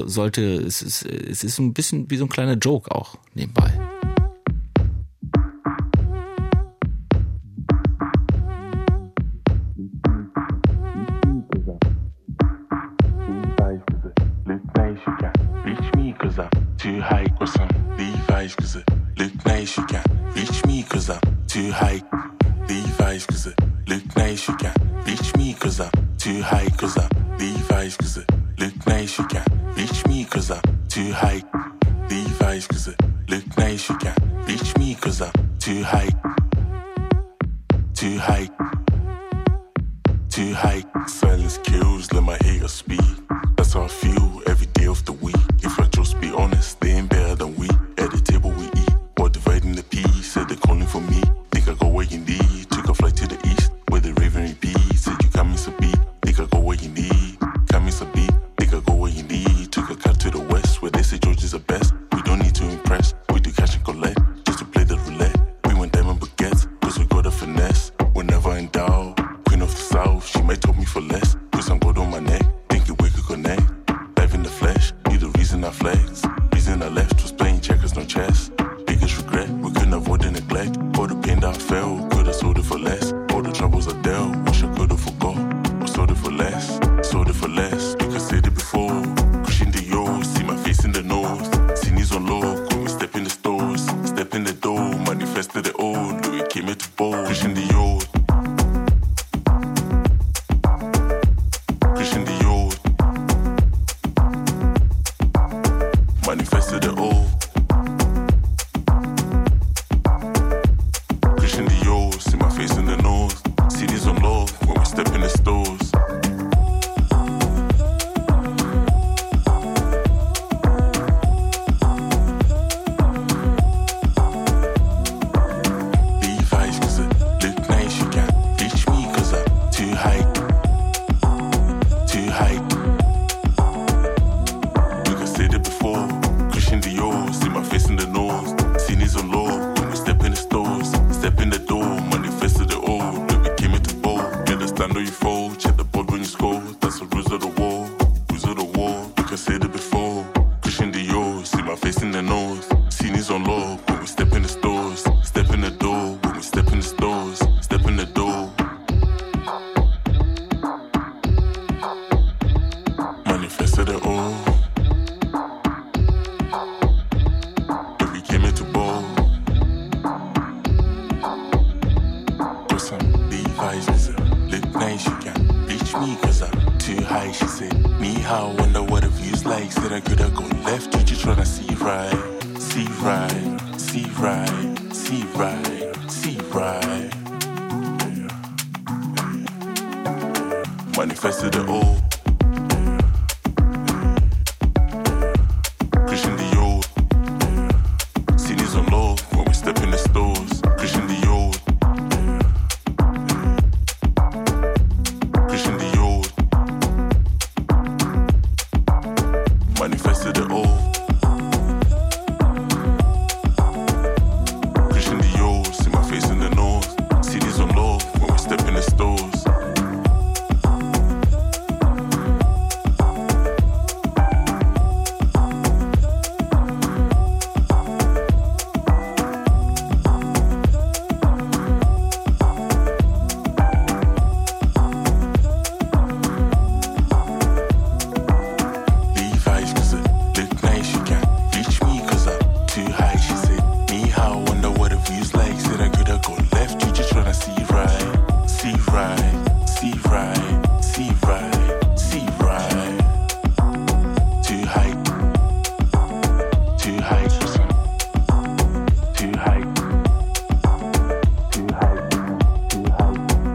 [SPEAKER 4] ist ein bisschen wie so ein kleiner Joke auch nebenbei.
[SPEAKER 7] Too high or some Levi's, cause it look nice, you can't reach me cause I'm too high. Levi's, cause it look nice, you can't reach me cause I'm too high, cause I'm Levi's, cause it look nice, you can't reach me cause I'm too high. Levi's, cause it look nice, you can't reach me cause I'm too high. you need. Took a flight to the east, where the raven repeats. Said you come to be, they could go where you need. Come to be, they could go where you need. Took a car to the west, where they say George is the best. We don't need to impress, we do cash and collect, just to play the roulette. We want diamond baguettes, cause we got a finesse. We're never in doubt, queen of the south, she might told me for less. Put some gold on my neck, thinking we could connect. Life in the flesh, need a reason I flex. Reason I left was playing checkers, no chess. Biggest regret, we couldn't avoid the neglect. All the pain that I felt, could've sold it for less. All the troubles I dealt, wish I could've forgot. Or sold it for less, sold it for less. We could said it before, pushing the yo, see my face in the nose. See knees on low, when we step in the stores. Step in the door, manifested it all. Louis came here to bowl, pushing the yo. Pushing the yo. Manifested it all. Pushing the yo, see my face in the nose. See these on low when we step in the stores. Levi's cause it look nice, you can't reach me cause I'm too high. Too high. Like I said it before, pushing the yo, see my face in the nose. See these on low when we step in the stores. Step in the door, manifested it all. Look, we came here to bowl. Get a stand or you fold. Check the board when you score. That's the rules of the war. Rules of the war. Like I said it before, pushing the yo, see my face in the nose. See these on low when we step in the stores. Step in the door when we step in the stores. Step in the door. Manifested it all. If we came here to bowl. Put some Levi's cause it look nice, you can't reach me cause I'm too high. She said, me how, wonder what the view's like. Said I coulda go left, you just tryna see right. See right, see right, see right, see right. Manifested it all. Pushing the yo. See these on low when we step in the stores. Pushing the yo. Pushing the yo. Manifested it all. Pushing the yo. See my face in the nose. See these on low when we step in the stores. Levi's cause it look nice, you can't reach me cause I'm too high. She said, me how, wonder what the view's like. Said I coulda go left, you just tryna see right. See right, see right, see right, see right. Too high. Too high. Too high. Too high. Too high. Too high.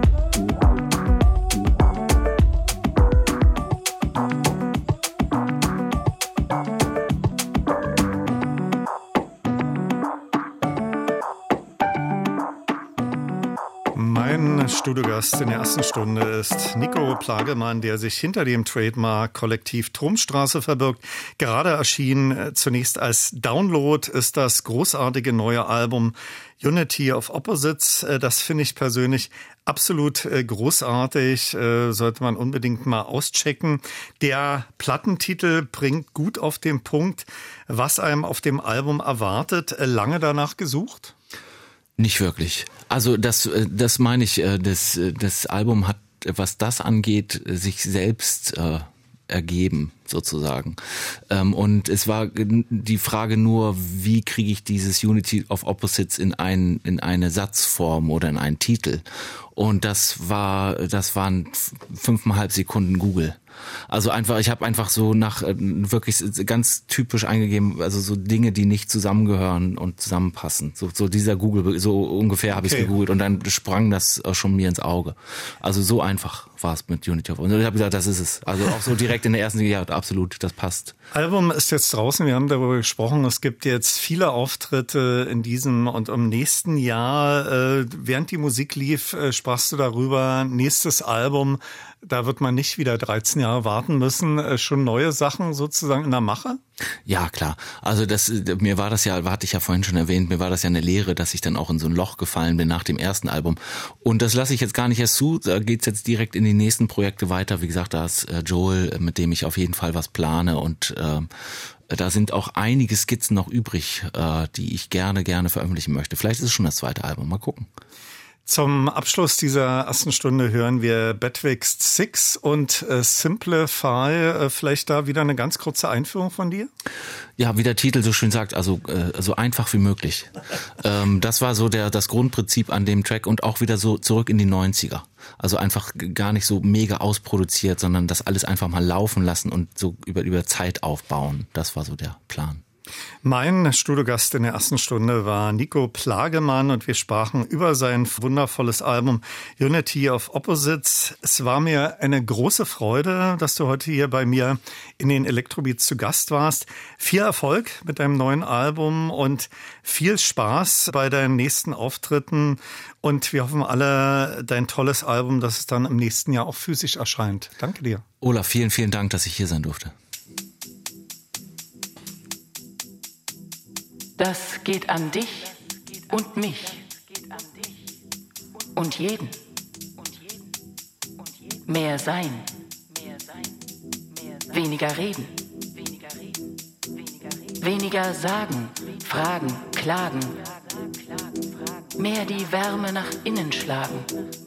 [SPEAKER 2] Mein Studiogast in der ersten Stunde ist Nico Plagemann, der sich hinter dem Trademark Kollektiv Trumpfstraße verbirgt. Gerade erschienen zunächst als Download ist das großartige neue Album Unity of Opposites. Das finde ich persönlich absolut großartig, sollte man unbedingt mal auschecken. Der Plattentitel bringt gut auf den Punkt, was einem auf dem Album erwartet. Lange danach gesucht?
[SPEAKER 4] Nicht wirklich. Also das meine ich, das Album hat, was das angeht, sich selbst ergeben, sozusagen. Und es war die Frage nur, wie kriege ich dieses Unity of Opposites in eine Satzform oder in einen Titel? Und das waren 5,5 Sekunden Google. Also ich habe einfach so nach wirklich ganz typisch eingegeben, also so Dinge, die nicht zusammengehören und zusammenpassen. So dieser Google, so ungefähr habe ich es gegoogelt und dann sprang das schon mir ins Auge. Also so einfach war es mit Unity of Opposites. Und ich habe gesagt, das ist es. Also auch so direkt in der ersten, ja, absolut, das passt.
[SPEAKER 2] Album ist jetzt draußen, wir haben darüber gesprochen, es gibt jetzt viele Auftritte in diesem und im nächsten Jahr. Während die Musik lief, sprachst du darüber, nächstes Album, da wird man nicht wieder 13 Jahre warten müssen. Schon neue Sachen sozusagen in der Mache?
[SPEAKER 4] Ja, klar. Also mir war das ja, hatte ich ja vorhin schon erwähnt, mir war das ja eine Lehre, dass ich dann auch in so ein Loch gefallen bin nach dem ersten Album. Und das lasse ich jetzt gar nicht erst zu. Da geht's jetzt direkt in die nächsten Projekte weiter. Wie gesagt, da ist Joel, mit dem ich auf jeden Fall was plane, und da sind auch einige Skizzen noch übrig, die ich gerne veröffentlichen möchte. Vielleicht ist es schon das zweite Album. Mal gucken.
[SPEAKER 2] Zum Abschluss dieser ersten Stunde hören wir Betwixt Six und Simplify. Vielleicht da wieder eine ganz kurze Einführung von dir?
[SPEAKER 4] Ja, wie der Titel so schön sagt, also so einfach wie möglich. Das war so das Grundprinzip an dem Track, und auch wieder so zurück in die 90er. Also einfach gar nicht so mega ausproduziert, sondern das alles einfach mal laufen lassen und so über Zeit aufbauen. Das war so der Plan.
[SPEAKER 2] Mein Studiogast in der ersten Stunde war Nico Plagemann, und wir sprachen über sein wundervolles Album Unity of Opposites. Es war mir eine große Freude, dass du heute hier bei mir in den Electrobeats zu Gast warst. Viel Erfolg mit deinem neuen Album und viel Spaß bei deinen nächsten Auftritten, und wir hoffen alle, dein tolles Album, dass es dann im nächsten Jahr auch physisch erscheint. Danke dir.
[SPEAKER 4] Olaf, vielen, vielen Dank, dass ich hier sein durfte.
[SPEAKER 3] Das geht an dich und mich und jeden. Mehr sein, weniger reden, weniger sagen, fragen, klagen, mehr die Wärme nach innen schlagen,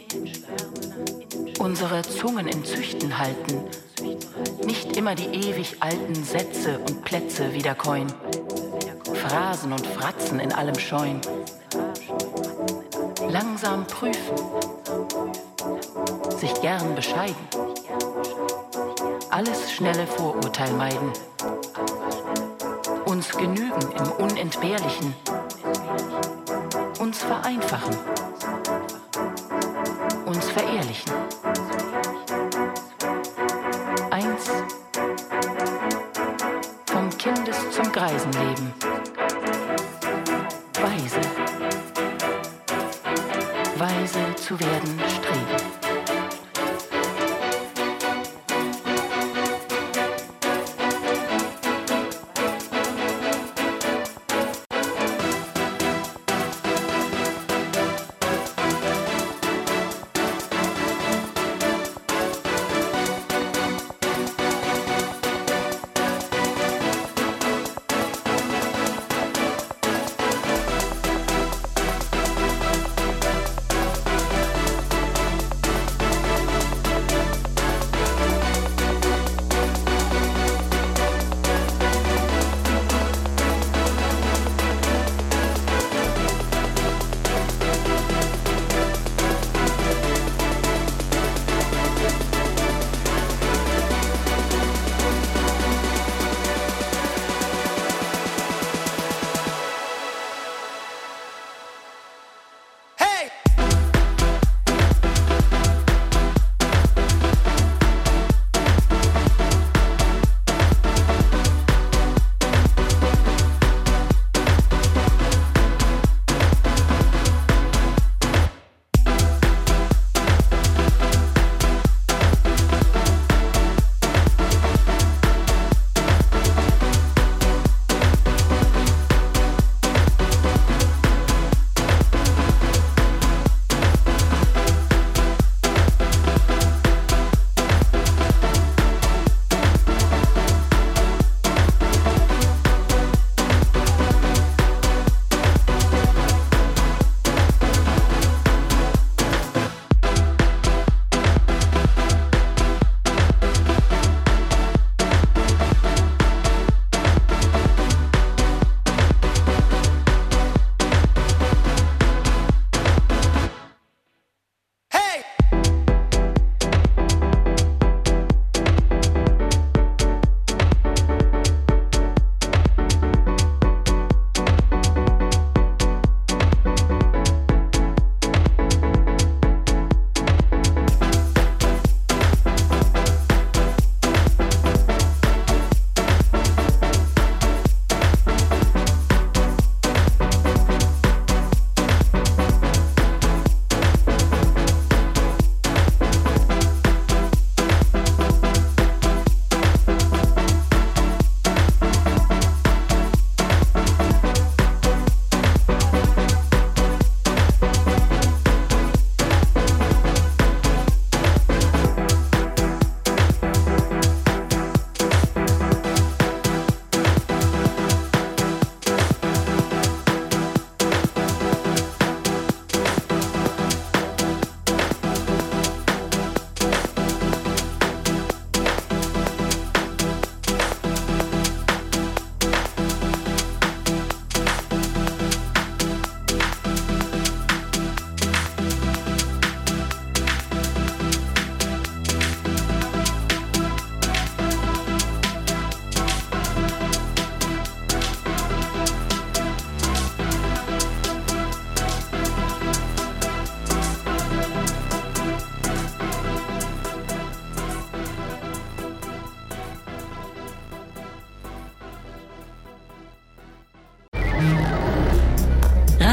[SPEAKER 3] unsere Zungen in Züchten halten, nicht immer die ewig alten Sätze und Plätze wiederkäuen. Phrasen und Fratzen in allem scheuen. Langsam prüfen. Sich gern bescheiden. Alles schnelle Vorurteil meiden. Uns genügen im Unentbehrlichen. Uns vereinfachen. Uns verehrlichen. Eins. Vom Kindes zum Greisenleben. Weise zu werden streben.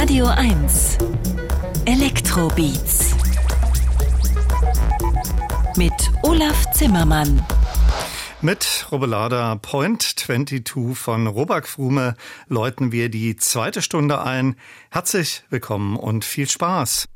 [SPEAKER 1] Radio 1 Elektrobeats mit Olaf Zimmermann.
[SPEAKER 2] Mit Robelada Point 22 von Robak Frume läuten wir die zweite Stunde ein. Herzlich willkommen und viel Spaß.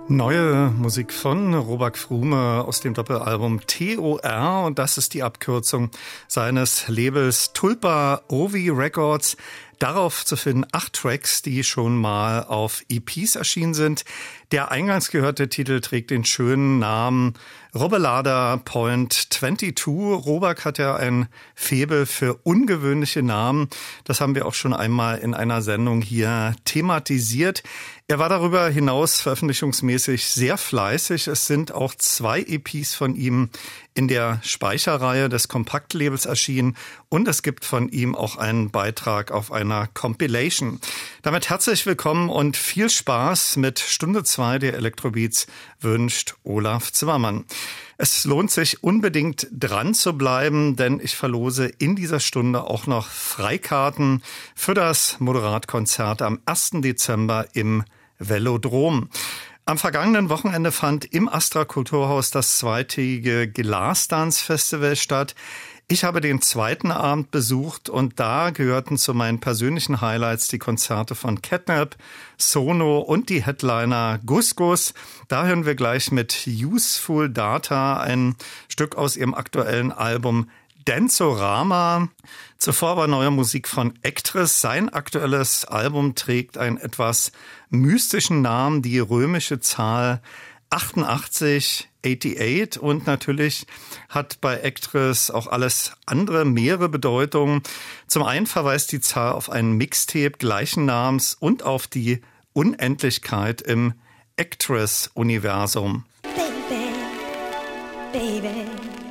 [SPEAKER 2] Neue Musik von Robert Frume aus dem Doppelalbum TOR und das ist die Abkürzung seines Labels Tulpa Ovi Records. Darauf zu finden 8 Tracks, die schon mal auf EPs erschienen sind. Der eingangs gehörte Titel trägt den schönen Namen Robelada Point 22. Robak hat ja ein Faible für ungewöhnliche Namen. Das haben wir auch schon einmal in einer Sendung hier thematisiert. Er war darüber hinaus veröffentlichungsmäßig sehr fleißig. Es sind auch 2 EPs von ihm in der Speicherreihe des Kompaktlabels erschienen und es gibt von ihm auch einen Beitrag auf einer Compilation. Damit herzlich willkommen und viel Spaß mit Stunde 2 der Electrobeats wünscht Olaf Zimmermann. Es lohnt sich unbedingt dran zu bleiben, denn ich verlose in dieser Stunde auch noch Freikarten für das Moderatkonzert am 1. Dezember im Velodrom. Am vergangenen Wochenende fand im Astra Kulturhaus das 2-tägige Glasdance Festival statt. Ich habe den 2. Abend besucht und da gehörten zu meinen persönlichen Highlights die Konzerte von Catnap, Sono und die Headliner Gus Gus. Da hören wir gleich mit Useful Data ein Stück aus ihrem aktuellen Album Danceorama. Zuvor war neue Musik von Actress. Sein aktuelles Album trägt einen etwas mystischen Namen, die römische Zahl 88 und natürlich hat bei Actress auch alles andere mehrere Bedeutungen. Zum einen verweist die Zahl auf ein Mixtape gleichen Namens und auf die Unendlichkeit im Actress-Universum.
[SPEAKER 8] Baby, baby,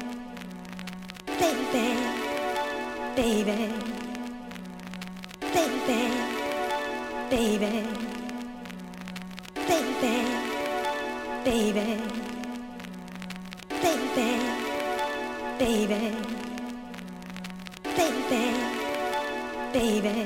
[SPEAKER 8] baby, baby, baby, baby, baby, baby, baby, baby, baby.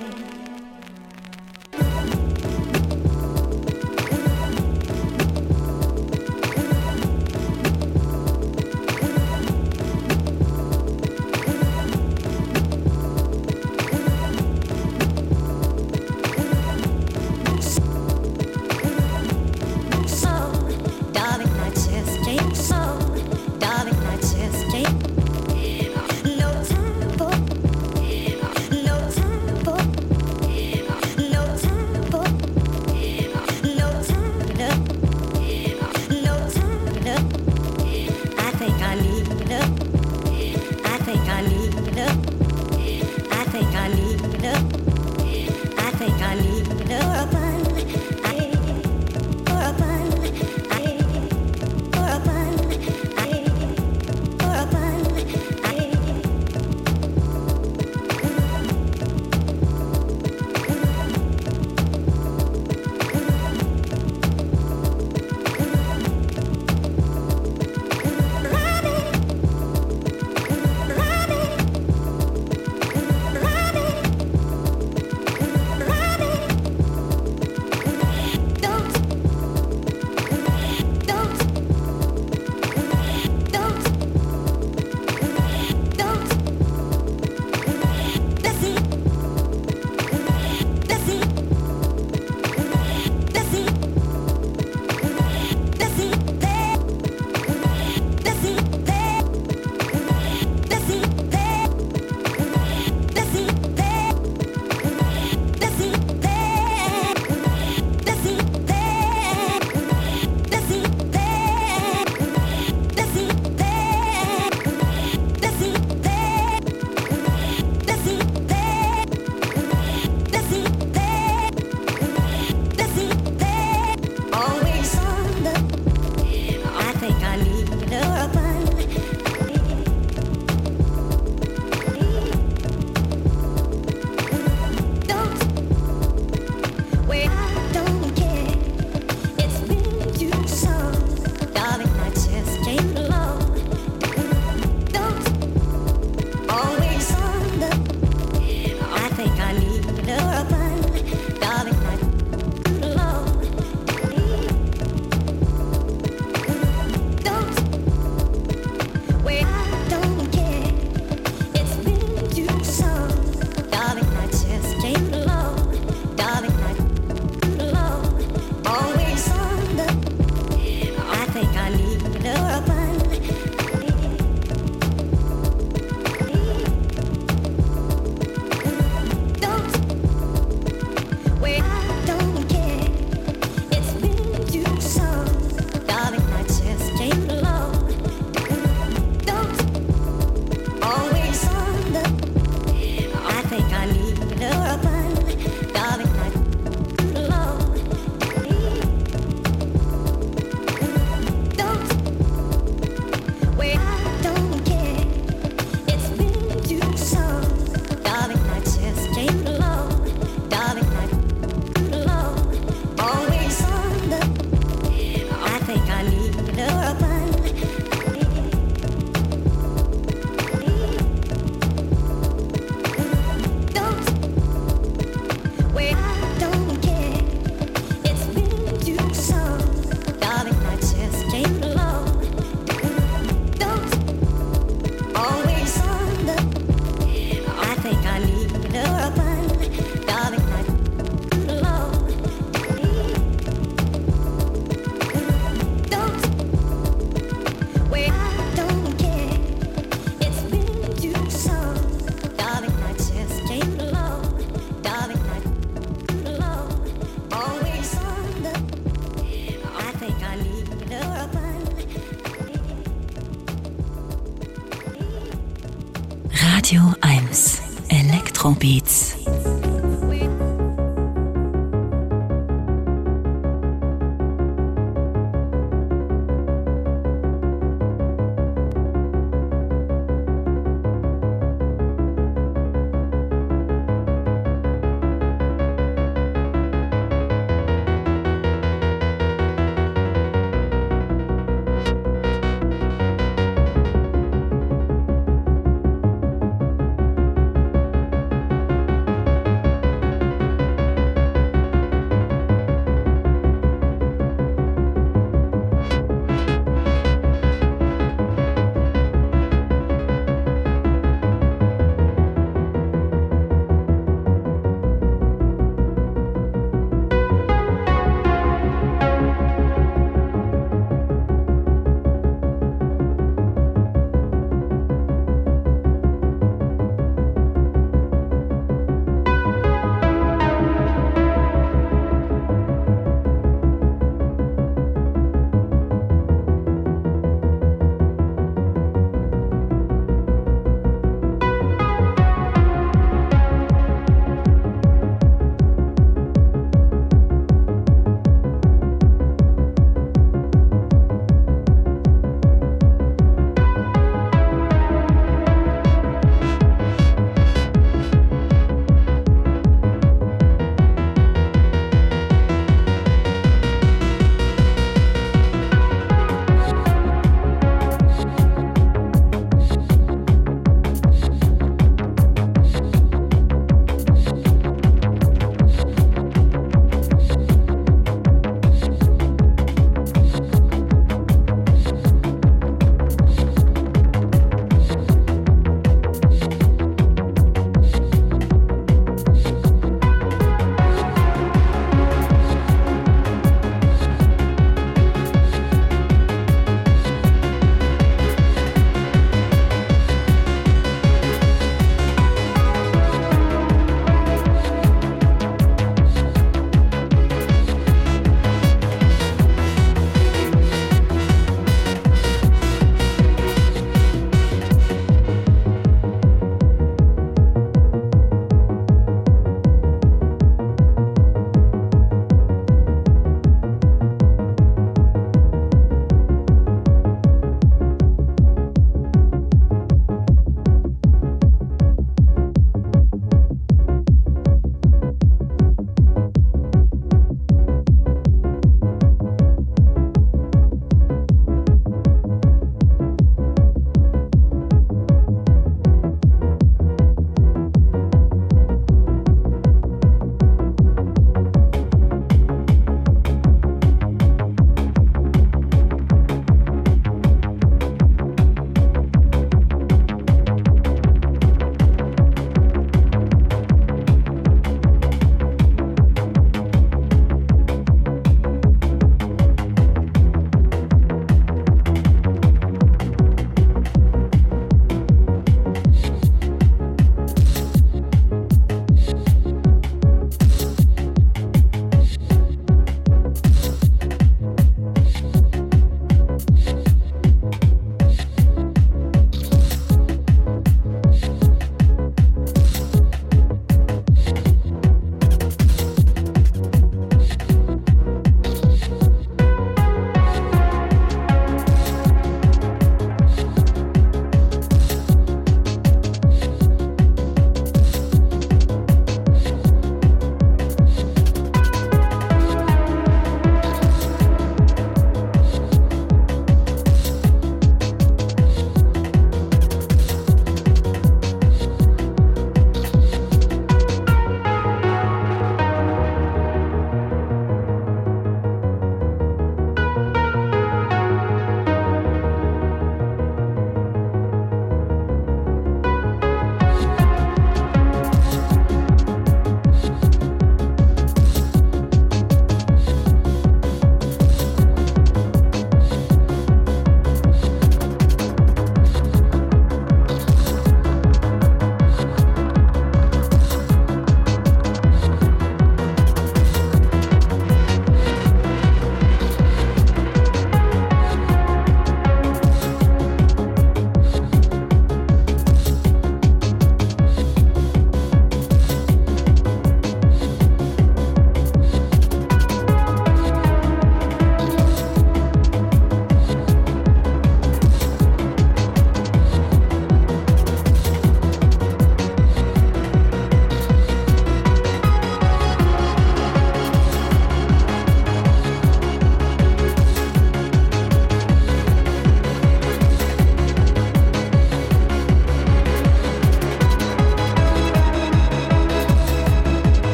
[SPEAKER 8] No time for
[SPEAKER 1] Radio 1 Elektrobeats.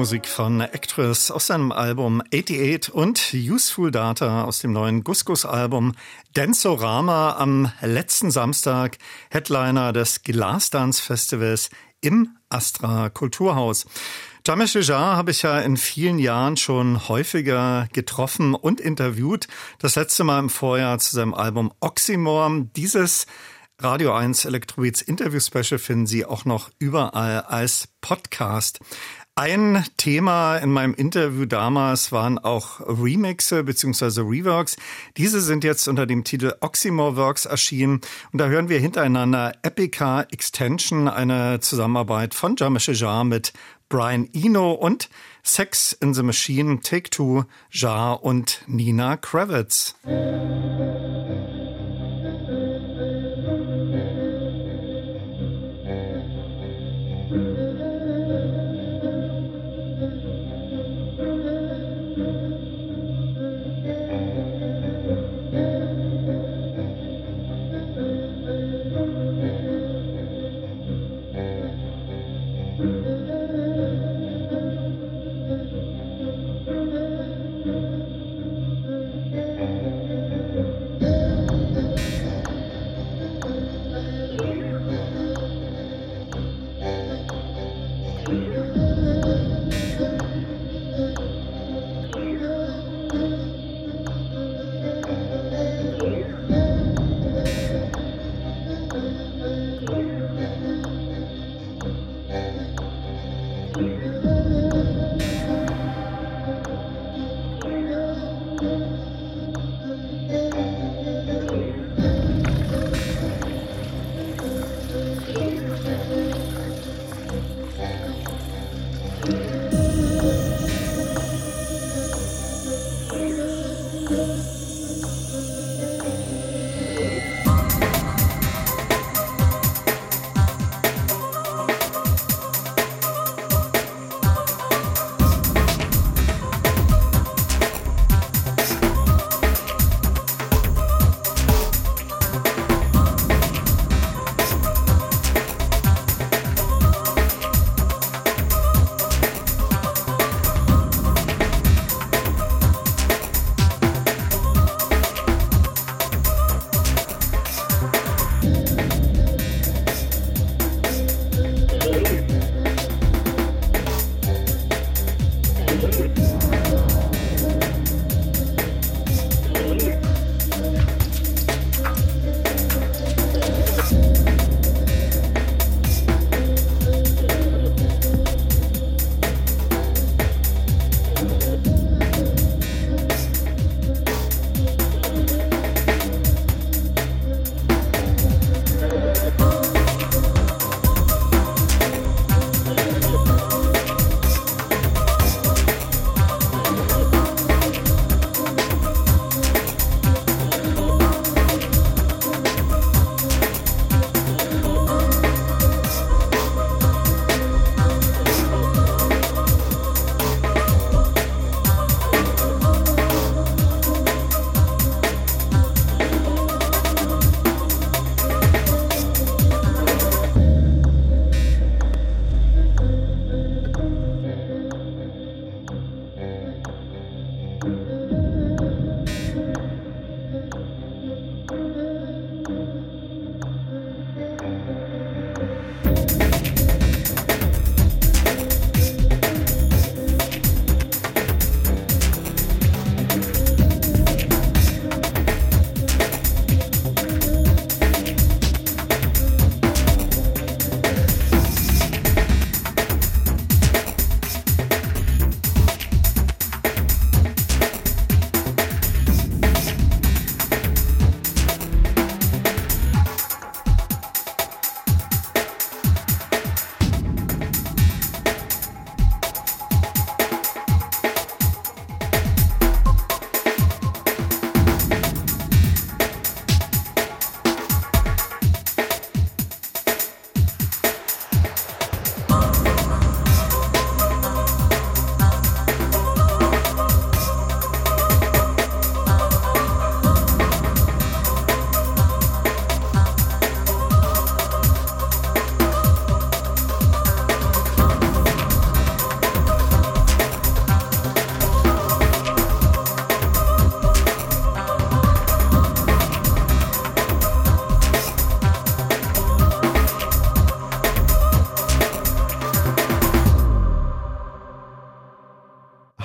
[SPEAKER 2] Musik von Actress aus seinem Album 88 und Useful Data aus dem neuen Gus-Gus-Album Danceorama am letzten Samstag, Headliner des Glasdance Festivals im Astra Kulturhaus. Jamesh Jar habe ich ja in vielen Jahren schon häufiger getroffen und interviewt. Das letzte Mal im Vorjahr zu seinem Album Oxymore. Dieses Radio 1 Electrobeats Interview Special finden Sie auch noch überall als Podcast. Ein Thema in meinem Interview damals waren auch Remixe bzw. Reworks. Diese sind jetzt unter dem Titel Oxymore Works erschienen. Und da hören wir hintereinander Epica Extension, eine Zusammenarbeit von Jamesh Jar mit Brian Eno und Sex in the Machine, Take Two, Jar und Nina Kravitz.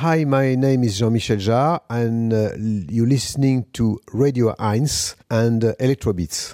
[SPEAKER 9] Hi, my name is Jean-Michel Jarre, and you're listening to Radio 1 and Electrobeats.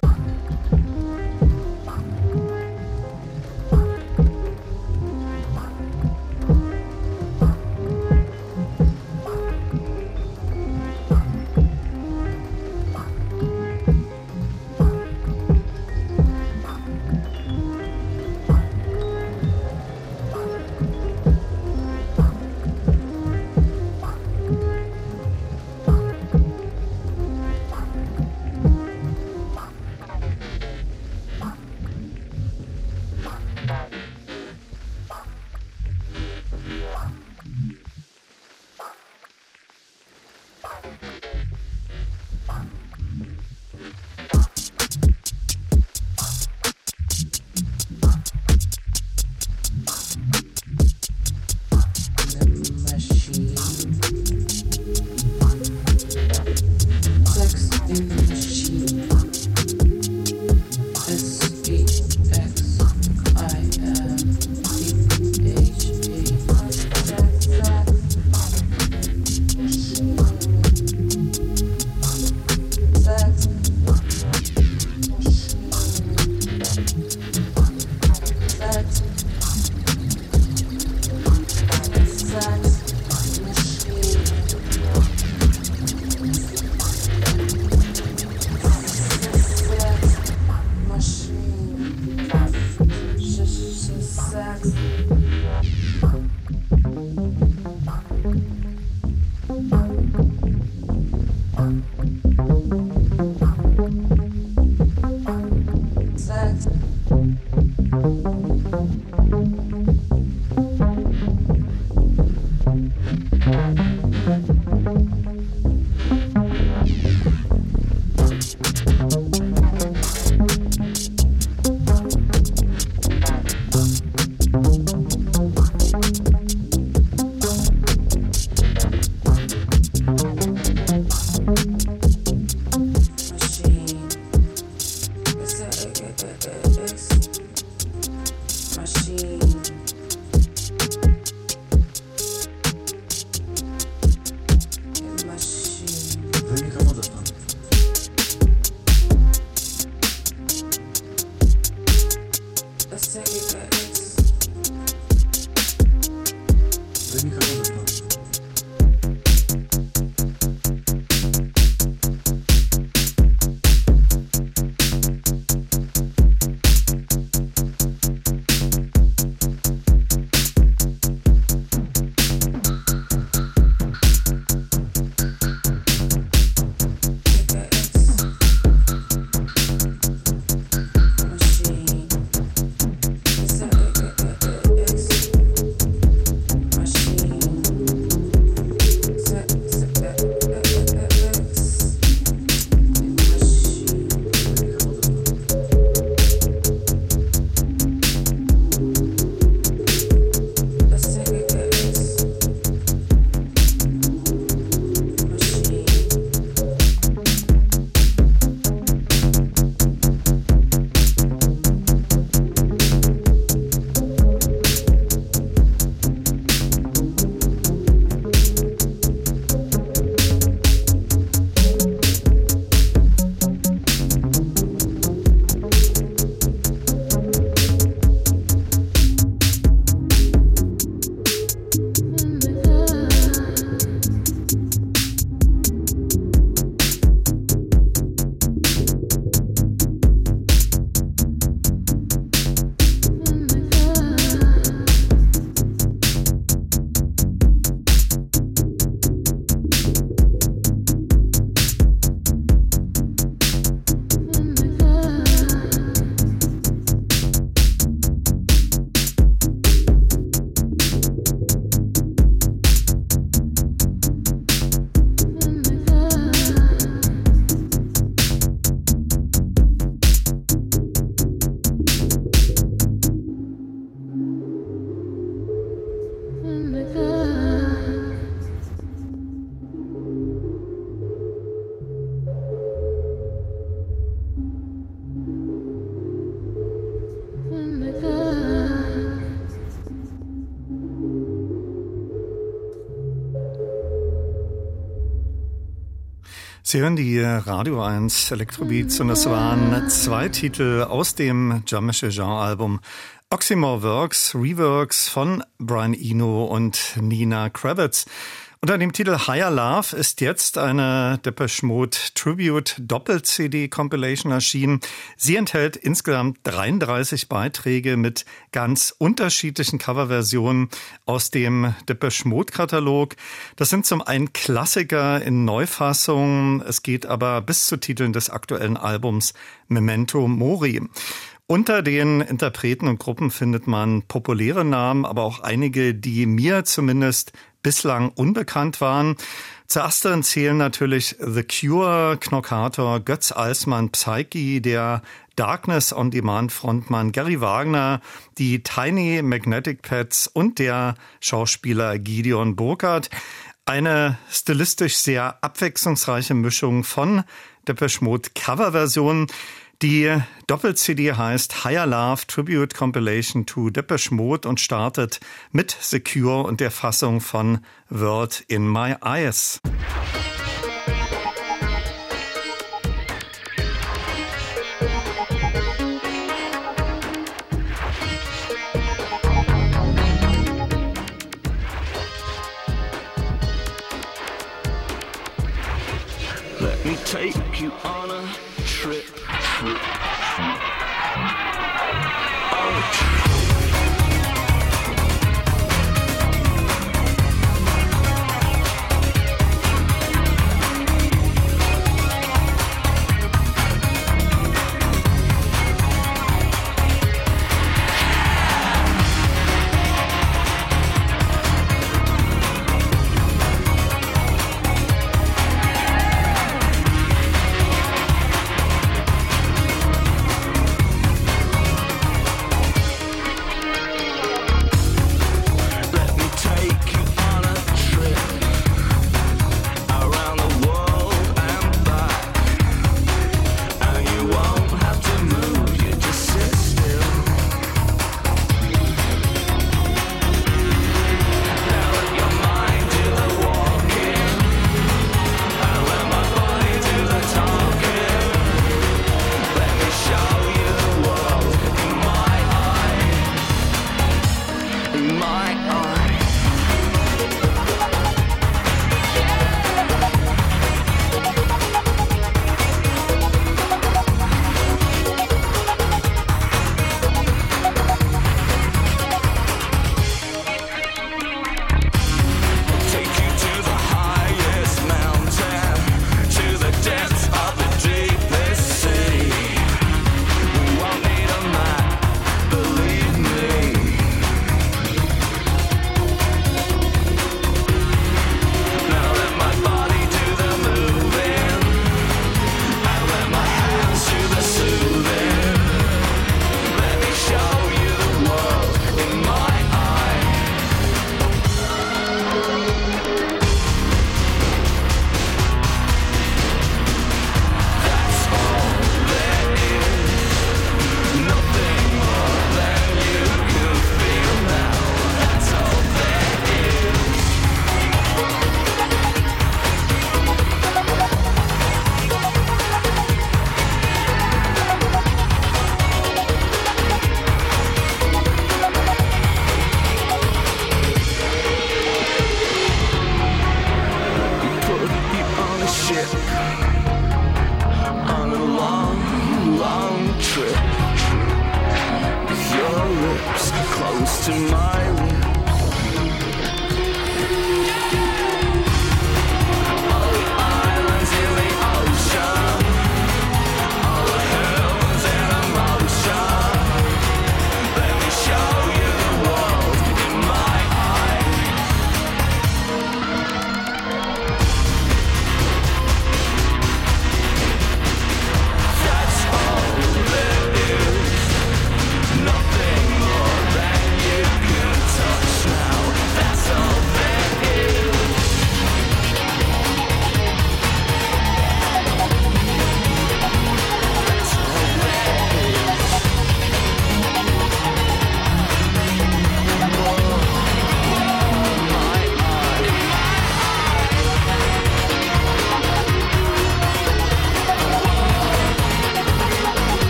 [SPEAKER 3] Machine.
[SPEAKER 2] Sie hören die Radio 1 Electrobeats und es waren 2 Titel aus dem Jean-Michel Jarre-Album Oxymore Works, Reworks von Brian Eno und Nina Kravitz. Unter dem Titel Higher Love ist jetzt eine Depeche Mode Tribute Doppel-CD-Compilation erschienen. Sie enthält insgesamt 33 Beiträge mit ganz unterschiedlichen Coverversionen aus dem Depeche Mode-Katalog. Das sind zum einen Klassiker in Neufassung, es geht aber bis zu Titeln des aktuellen Albums Memento Mori. Unter den Interpreten und Gruppen findet man populäre Namen, aber auch einige, die mir zumindest bislang unbekannt waren. Zur ersteren zählen natürlich The Cure, Knockator, Götz Alsmann, Psyche, der Darkness on Demand Frontmann Gary Wagner, die Tiny Magnetic Pets und der Schauspieler Gideon Burkhardt. Eine stilistisch sehr abwechslungsreiche Mischung von Depeche Mode Coverversionen. Die Doppel-CD heißt Higher Love Tribute Compilation to Depeche Mode und startet mit The Cure und der Fassung von Word in My Eyes.
[SPEAKER 5] Let me take you on a trip. Nothing more than you can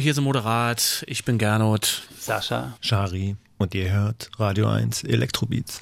[SPEAKER 10] hier ist Moderat. Ich bin Gernot.
[SPEAKER 12] Sascha. Shari. Und ihr hört Radio 1 Elektrobeats.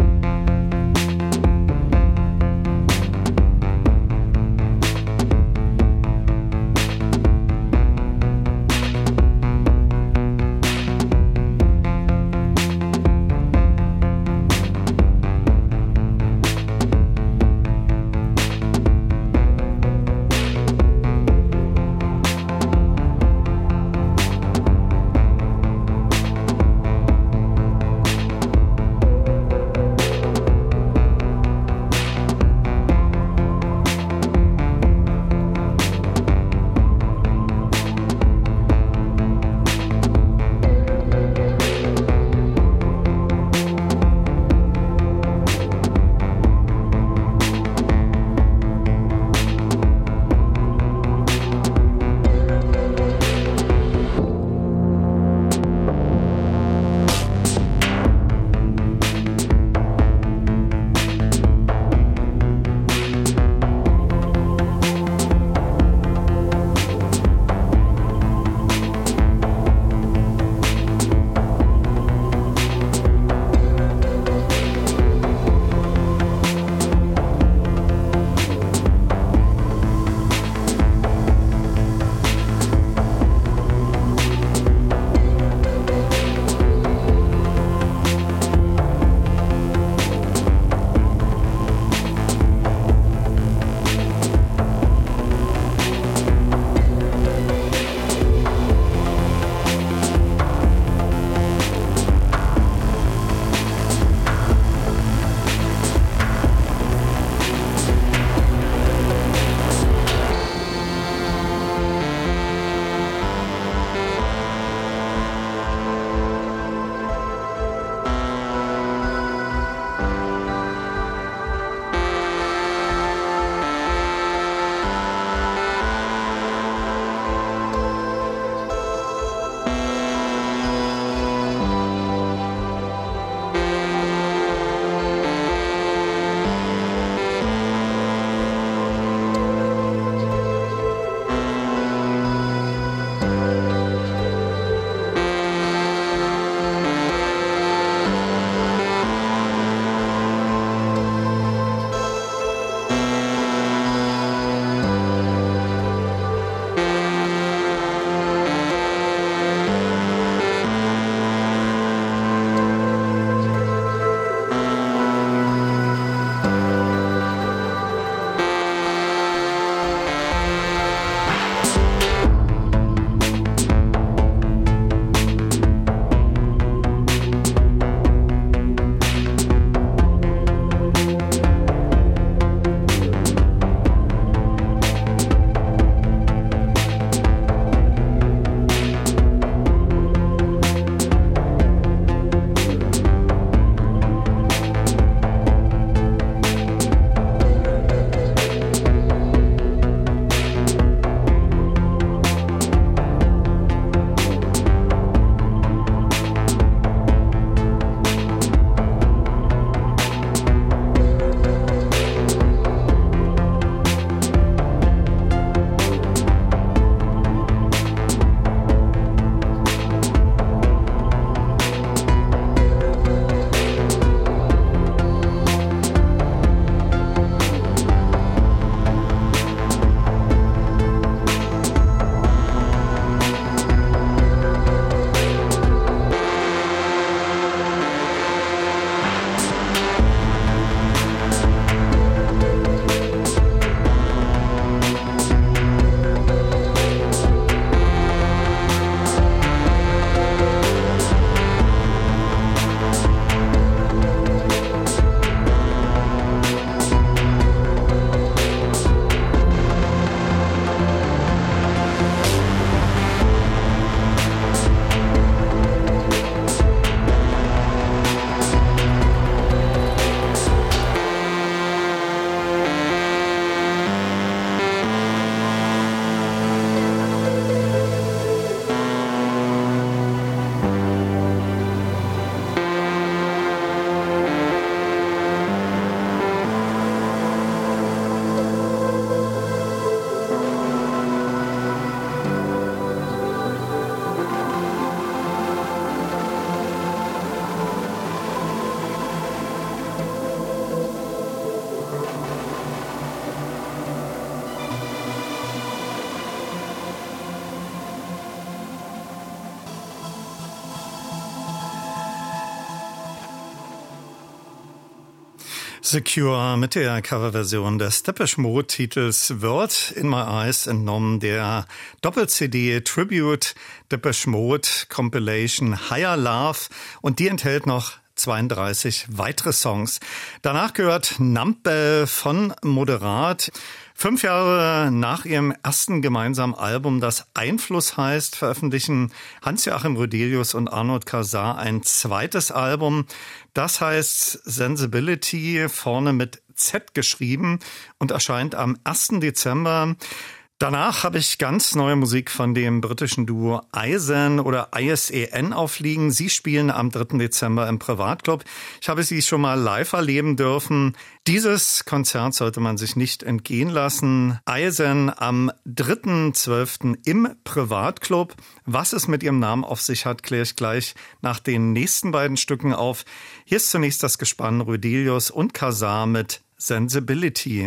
[SPEAKER 2] The Cure mit der Coverversion des Depeche Mode Titels Word in My Eyes, entnommen der Doppel-CD Tribute Depeche Mode Compilation Higher Love, und die enthält noch 32 weitere Songs. Danach gehört Numbell von Moderat. 5 Jahre nach ihrem ersten gemeinsamen Album, das Einfluss heißt, veröffentlichen Hans-Joachim Roedelius und Arnold Casar ein zweites Album. Das heißt Sensibility, vorne mit Z geschrieben, und erscheint am 1. Dezember. Danach habe ich ganz neue Musik von dem britischen Duo Eisen oder ISEN aufliegen. Sie spielen am 3. Dezember im Privatclub. Ich habe sie schon mal live erleben dürfen. Dieses Konzert sollte man sich nicht entgehen lassen. Eisen am 3.12. im Privatclub. Was es mit ihrem Namen auf sich hat, kläre ich gleich nach den nächsten beiden Stücken auf. Hier ist zunächst das Gespann Roedelius und Casar mit Sensibility.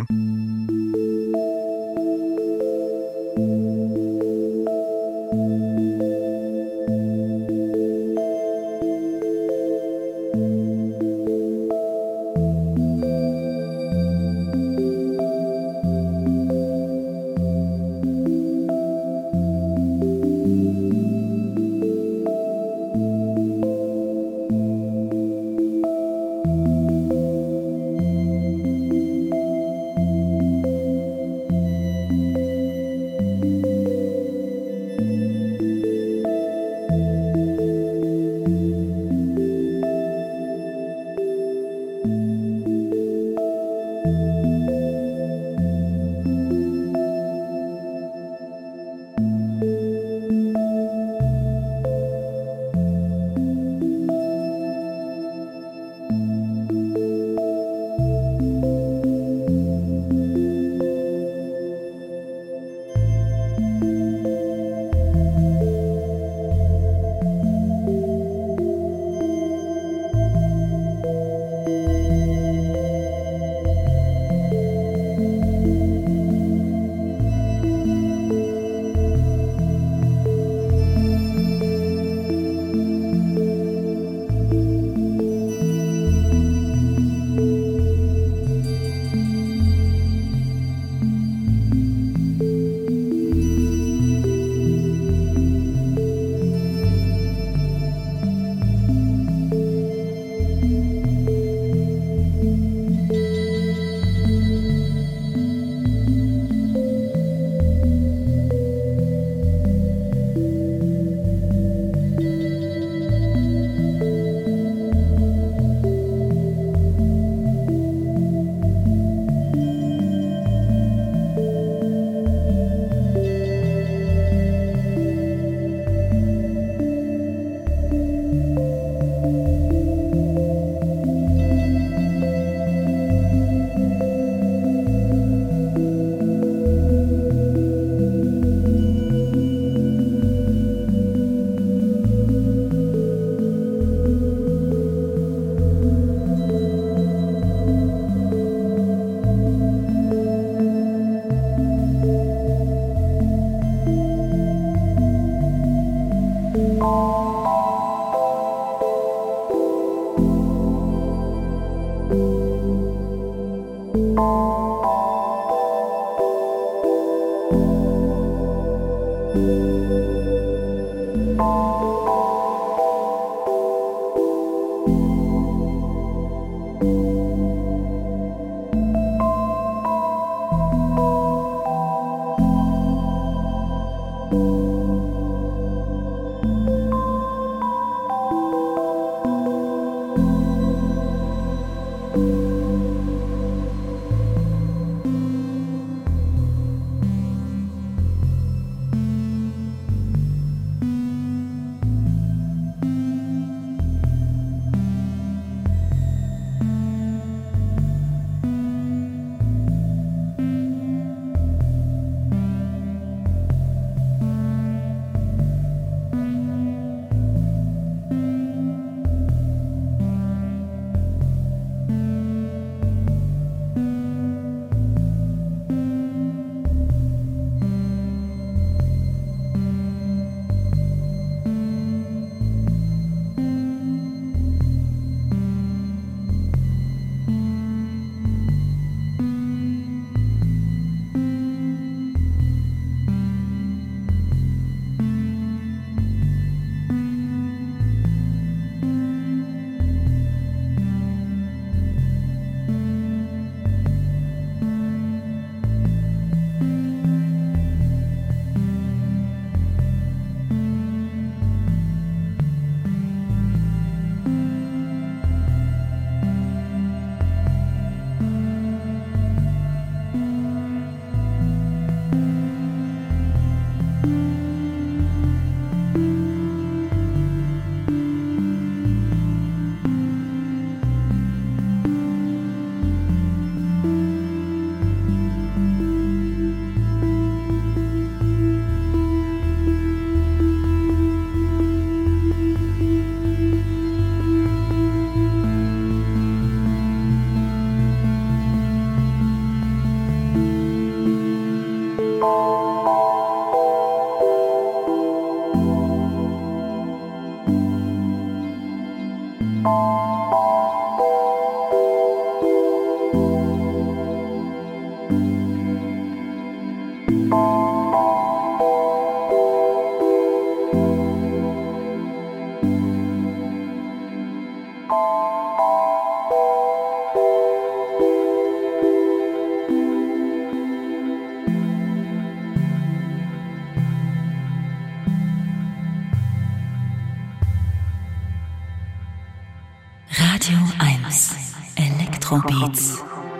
[SPEAKER 1] Radio 1 Elektrobeats.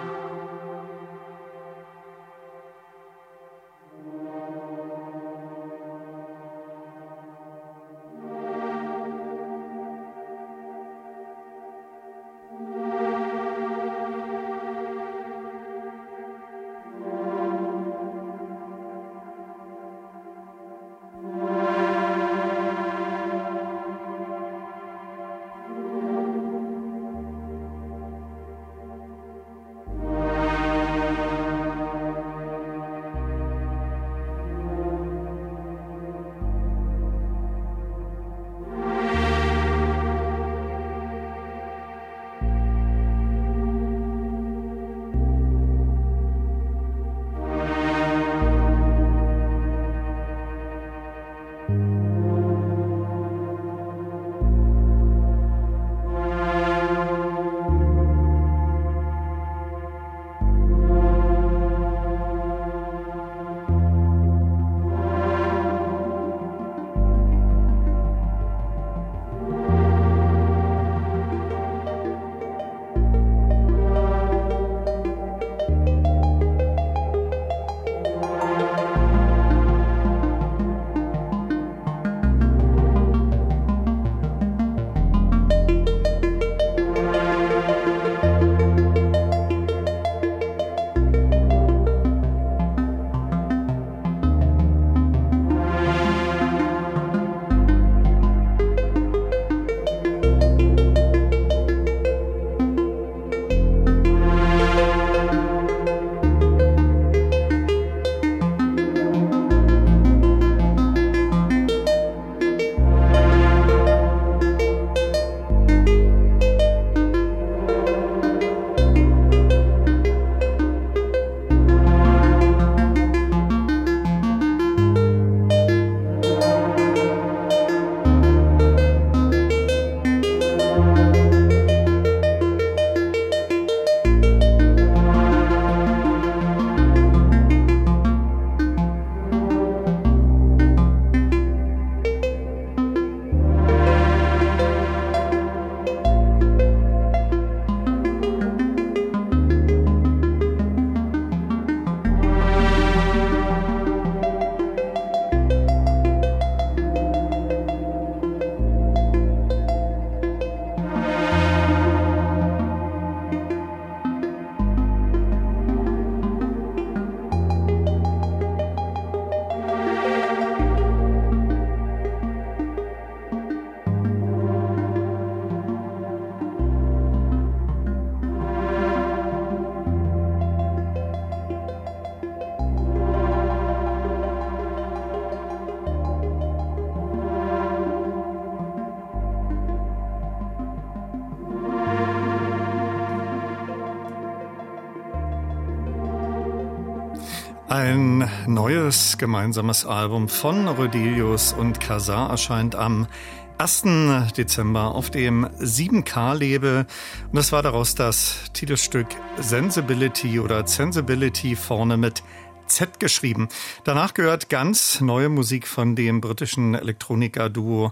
[SPEAKER 2] Ein neues gemeinsames Album von Rödelius und Kazaa erscheint am 1. Dezember auf dem 7K-Label. Und das war daraus das Titelstück Sensibility oder Sensibility, vorne mit Z geschrieben. Danach gehört ganz neue Musik von dem britischen Elektroniker-Duo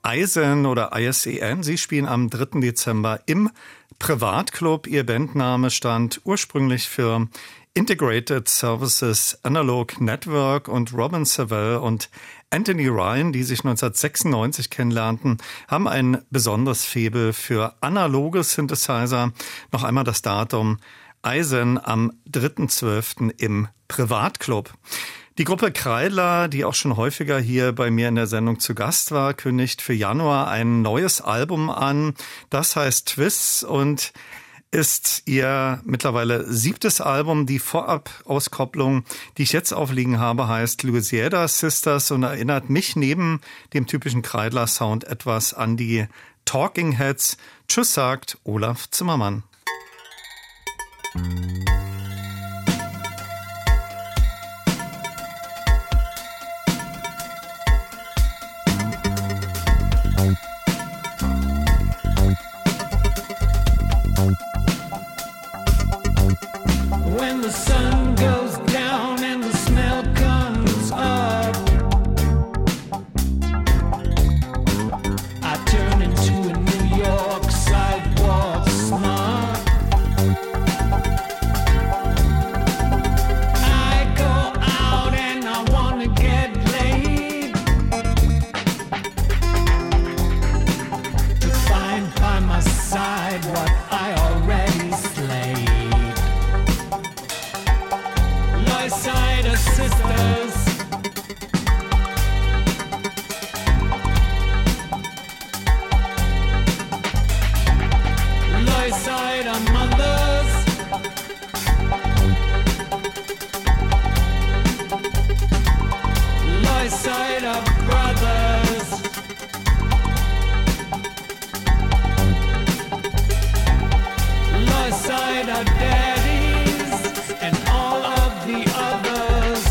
[SPEAKER 2] Eisen oder ISEN. Sie spielen am 3. Dezember im Privatclub. Ihr Bandname stand ursprünglich für Integrated Services Analog Network, und Robin Savell und Anthony Ryan, die sich 1996 kennenlernten, haben ein besonderes Faible für analoge Synthesizer. Noch einmal das Datum: Eisen am 3.12. im Privatclub. Die Gruppe Kreidler, die auch schon häufiger hier bei mir in der Sendung zu Gast war, kündigt für Januar ein neues Album an. Das heißt Twists und ist ihr mittlerweile 7. Album. Die Vorab-Auskopplung, die ich jetzt aufliegen habe, heißt Louisiana Sisters und erinnert mich neben dem typischen Kreidler-Sound etwas an die Talking Heads. Tschüss, sagt Olaf Zimmermann.
[SPEAKER 5] When the sun goes down and the smell comes up, I turn into a New York sidewalk smut. I go out and I wanna get laid, to find by my side what I already slayed. Side of sisters, low side of mothers, low side of brothers, low side of daddies, and all of the others.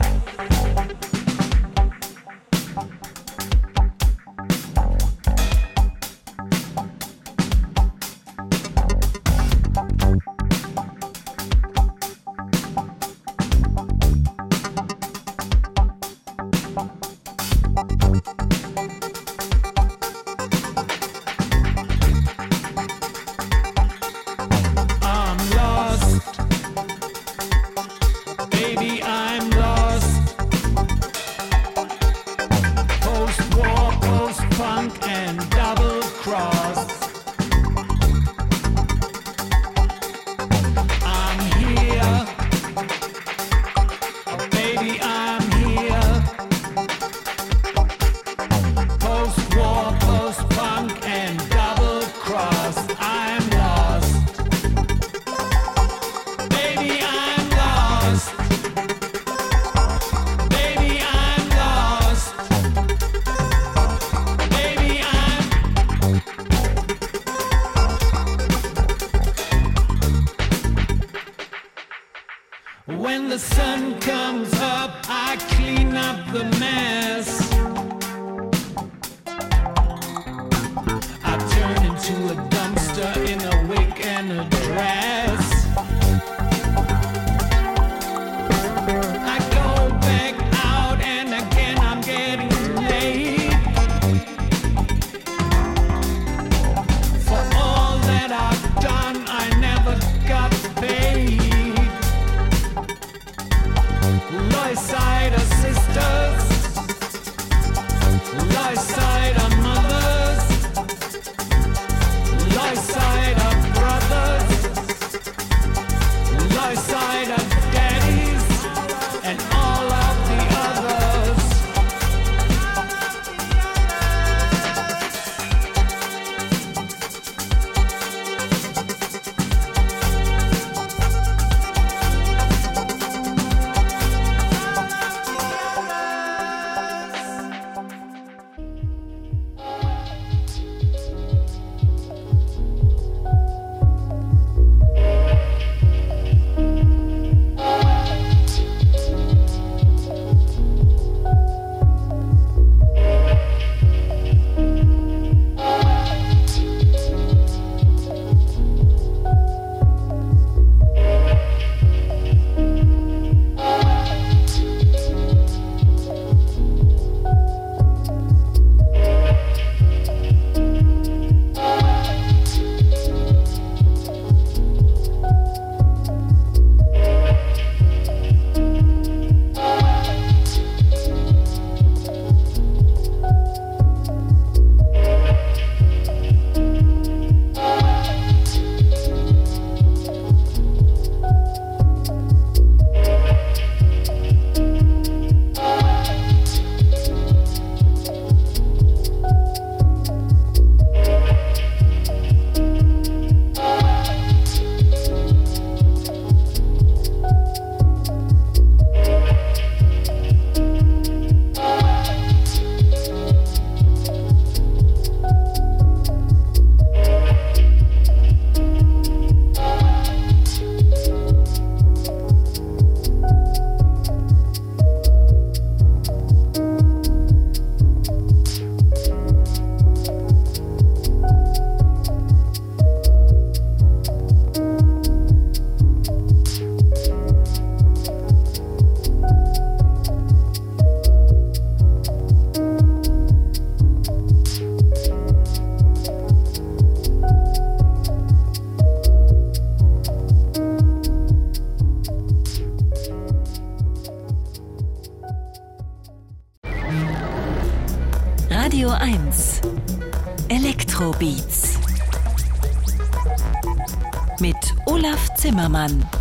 [SPEAKER 5] I'm lost. Baby, I'm lost. Post-war, post-punk, and double-cross. I'm here. Baby, I'm here. Post-war, post-punk, and double-cross. I'm lost. Baby, I'm lost. Baby, I'm lost. Baby, when the sun comes up, I clean up the mess. I turn into a dumpster in a wig and a dress. I go back out and again I'm getting late. For all that I've done, I never got paid. Low side of sisters,
[SPEAKER 1] Electrobeats mit Olaf Zimmermann.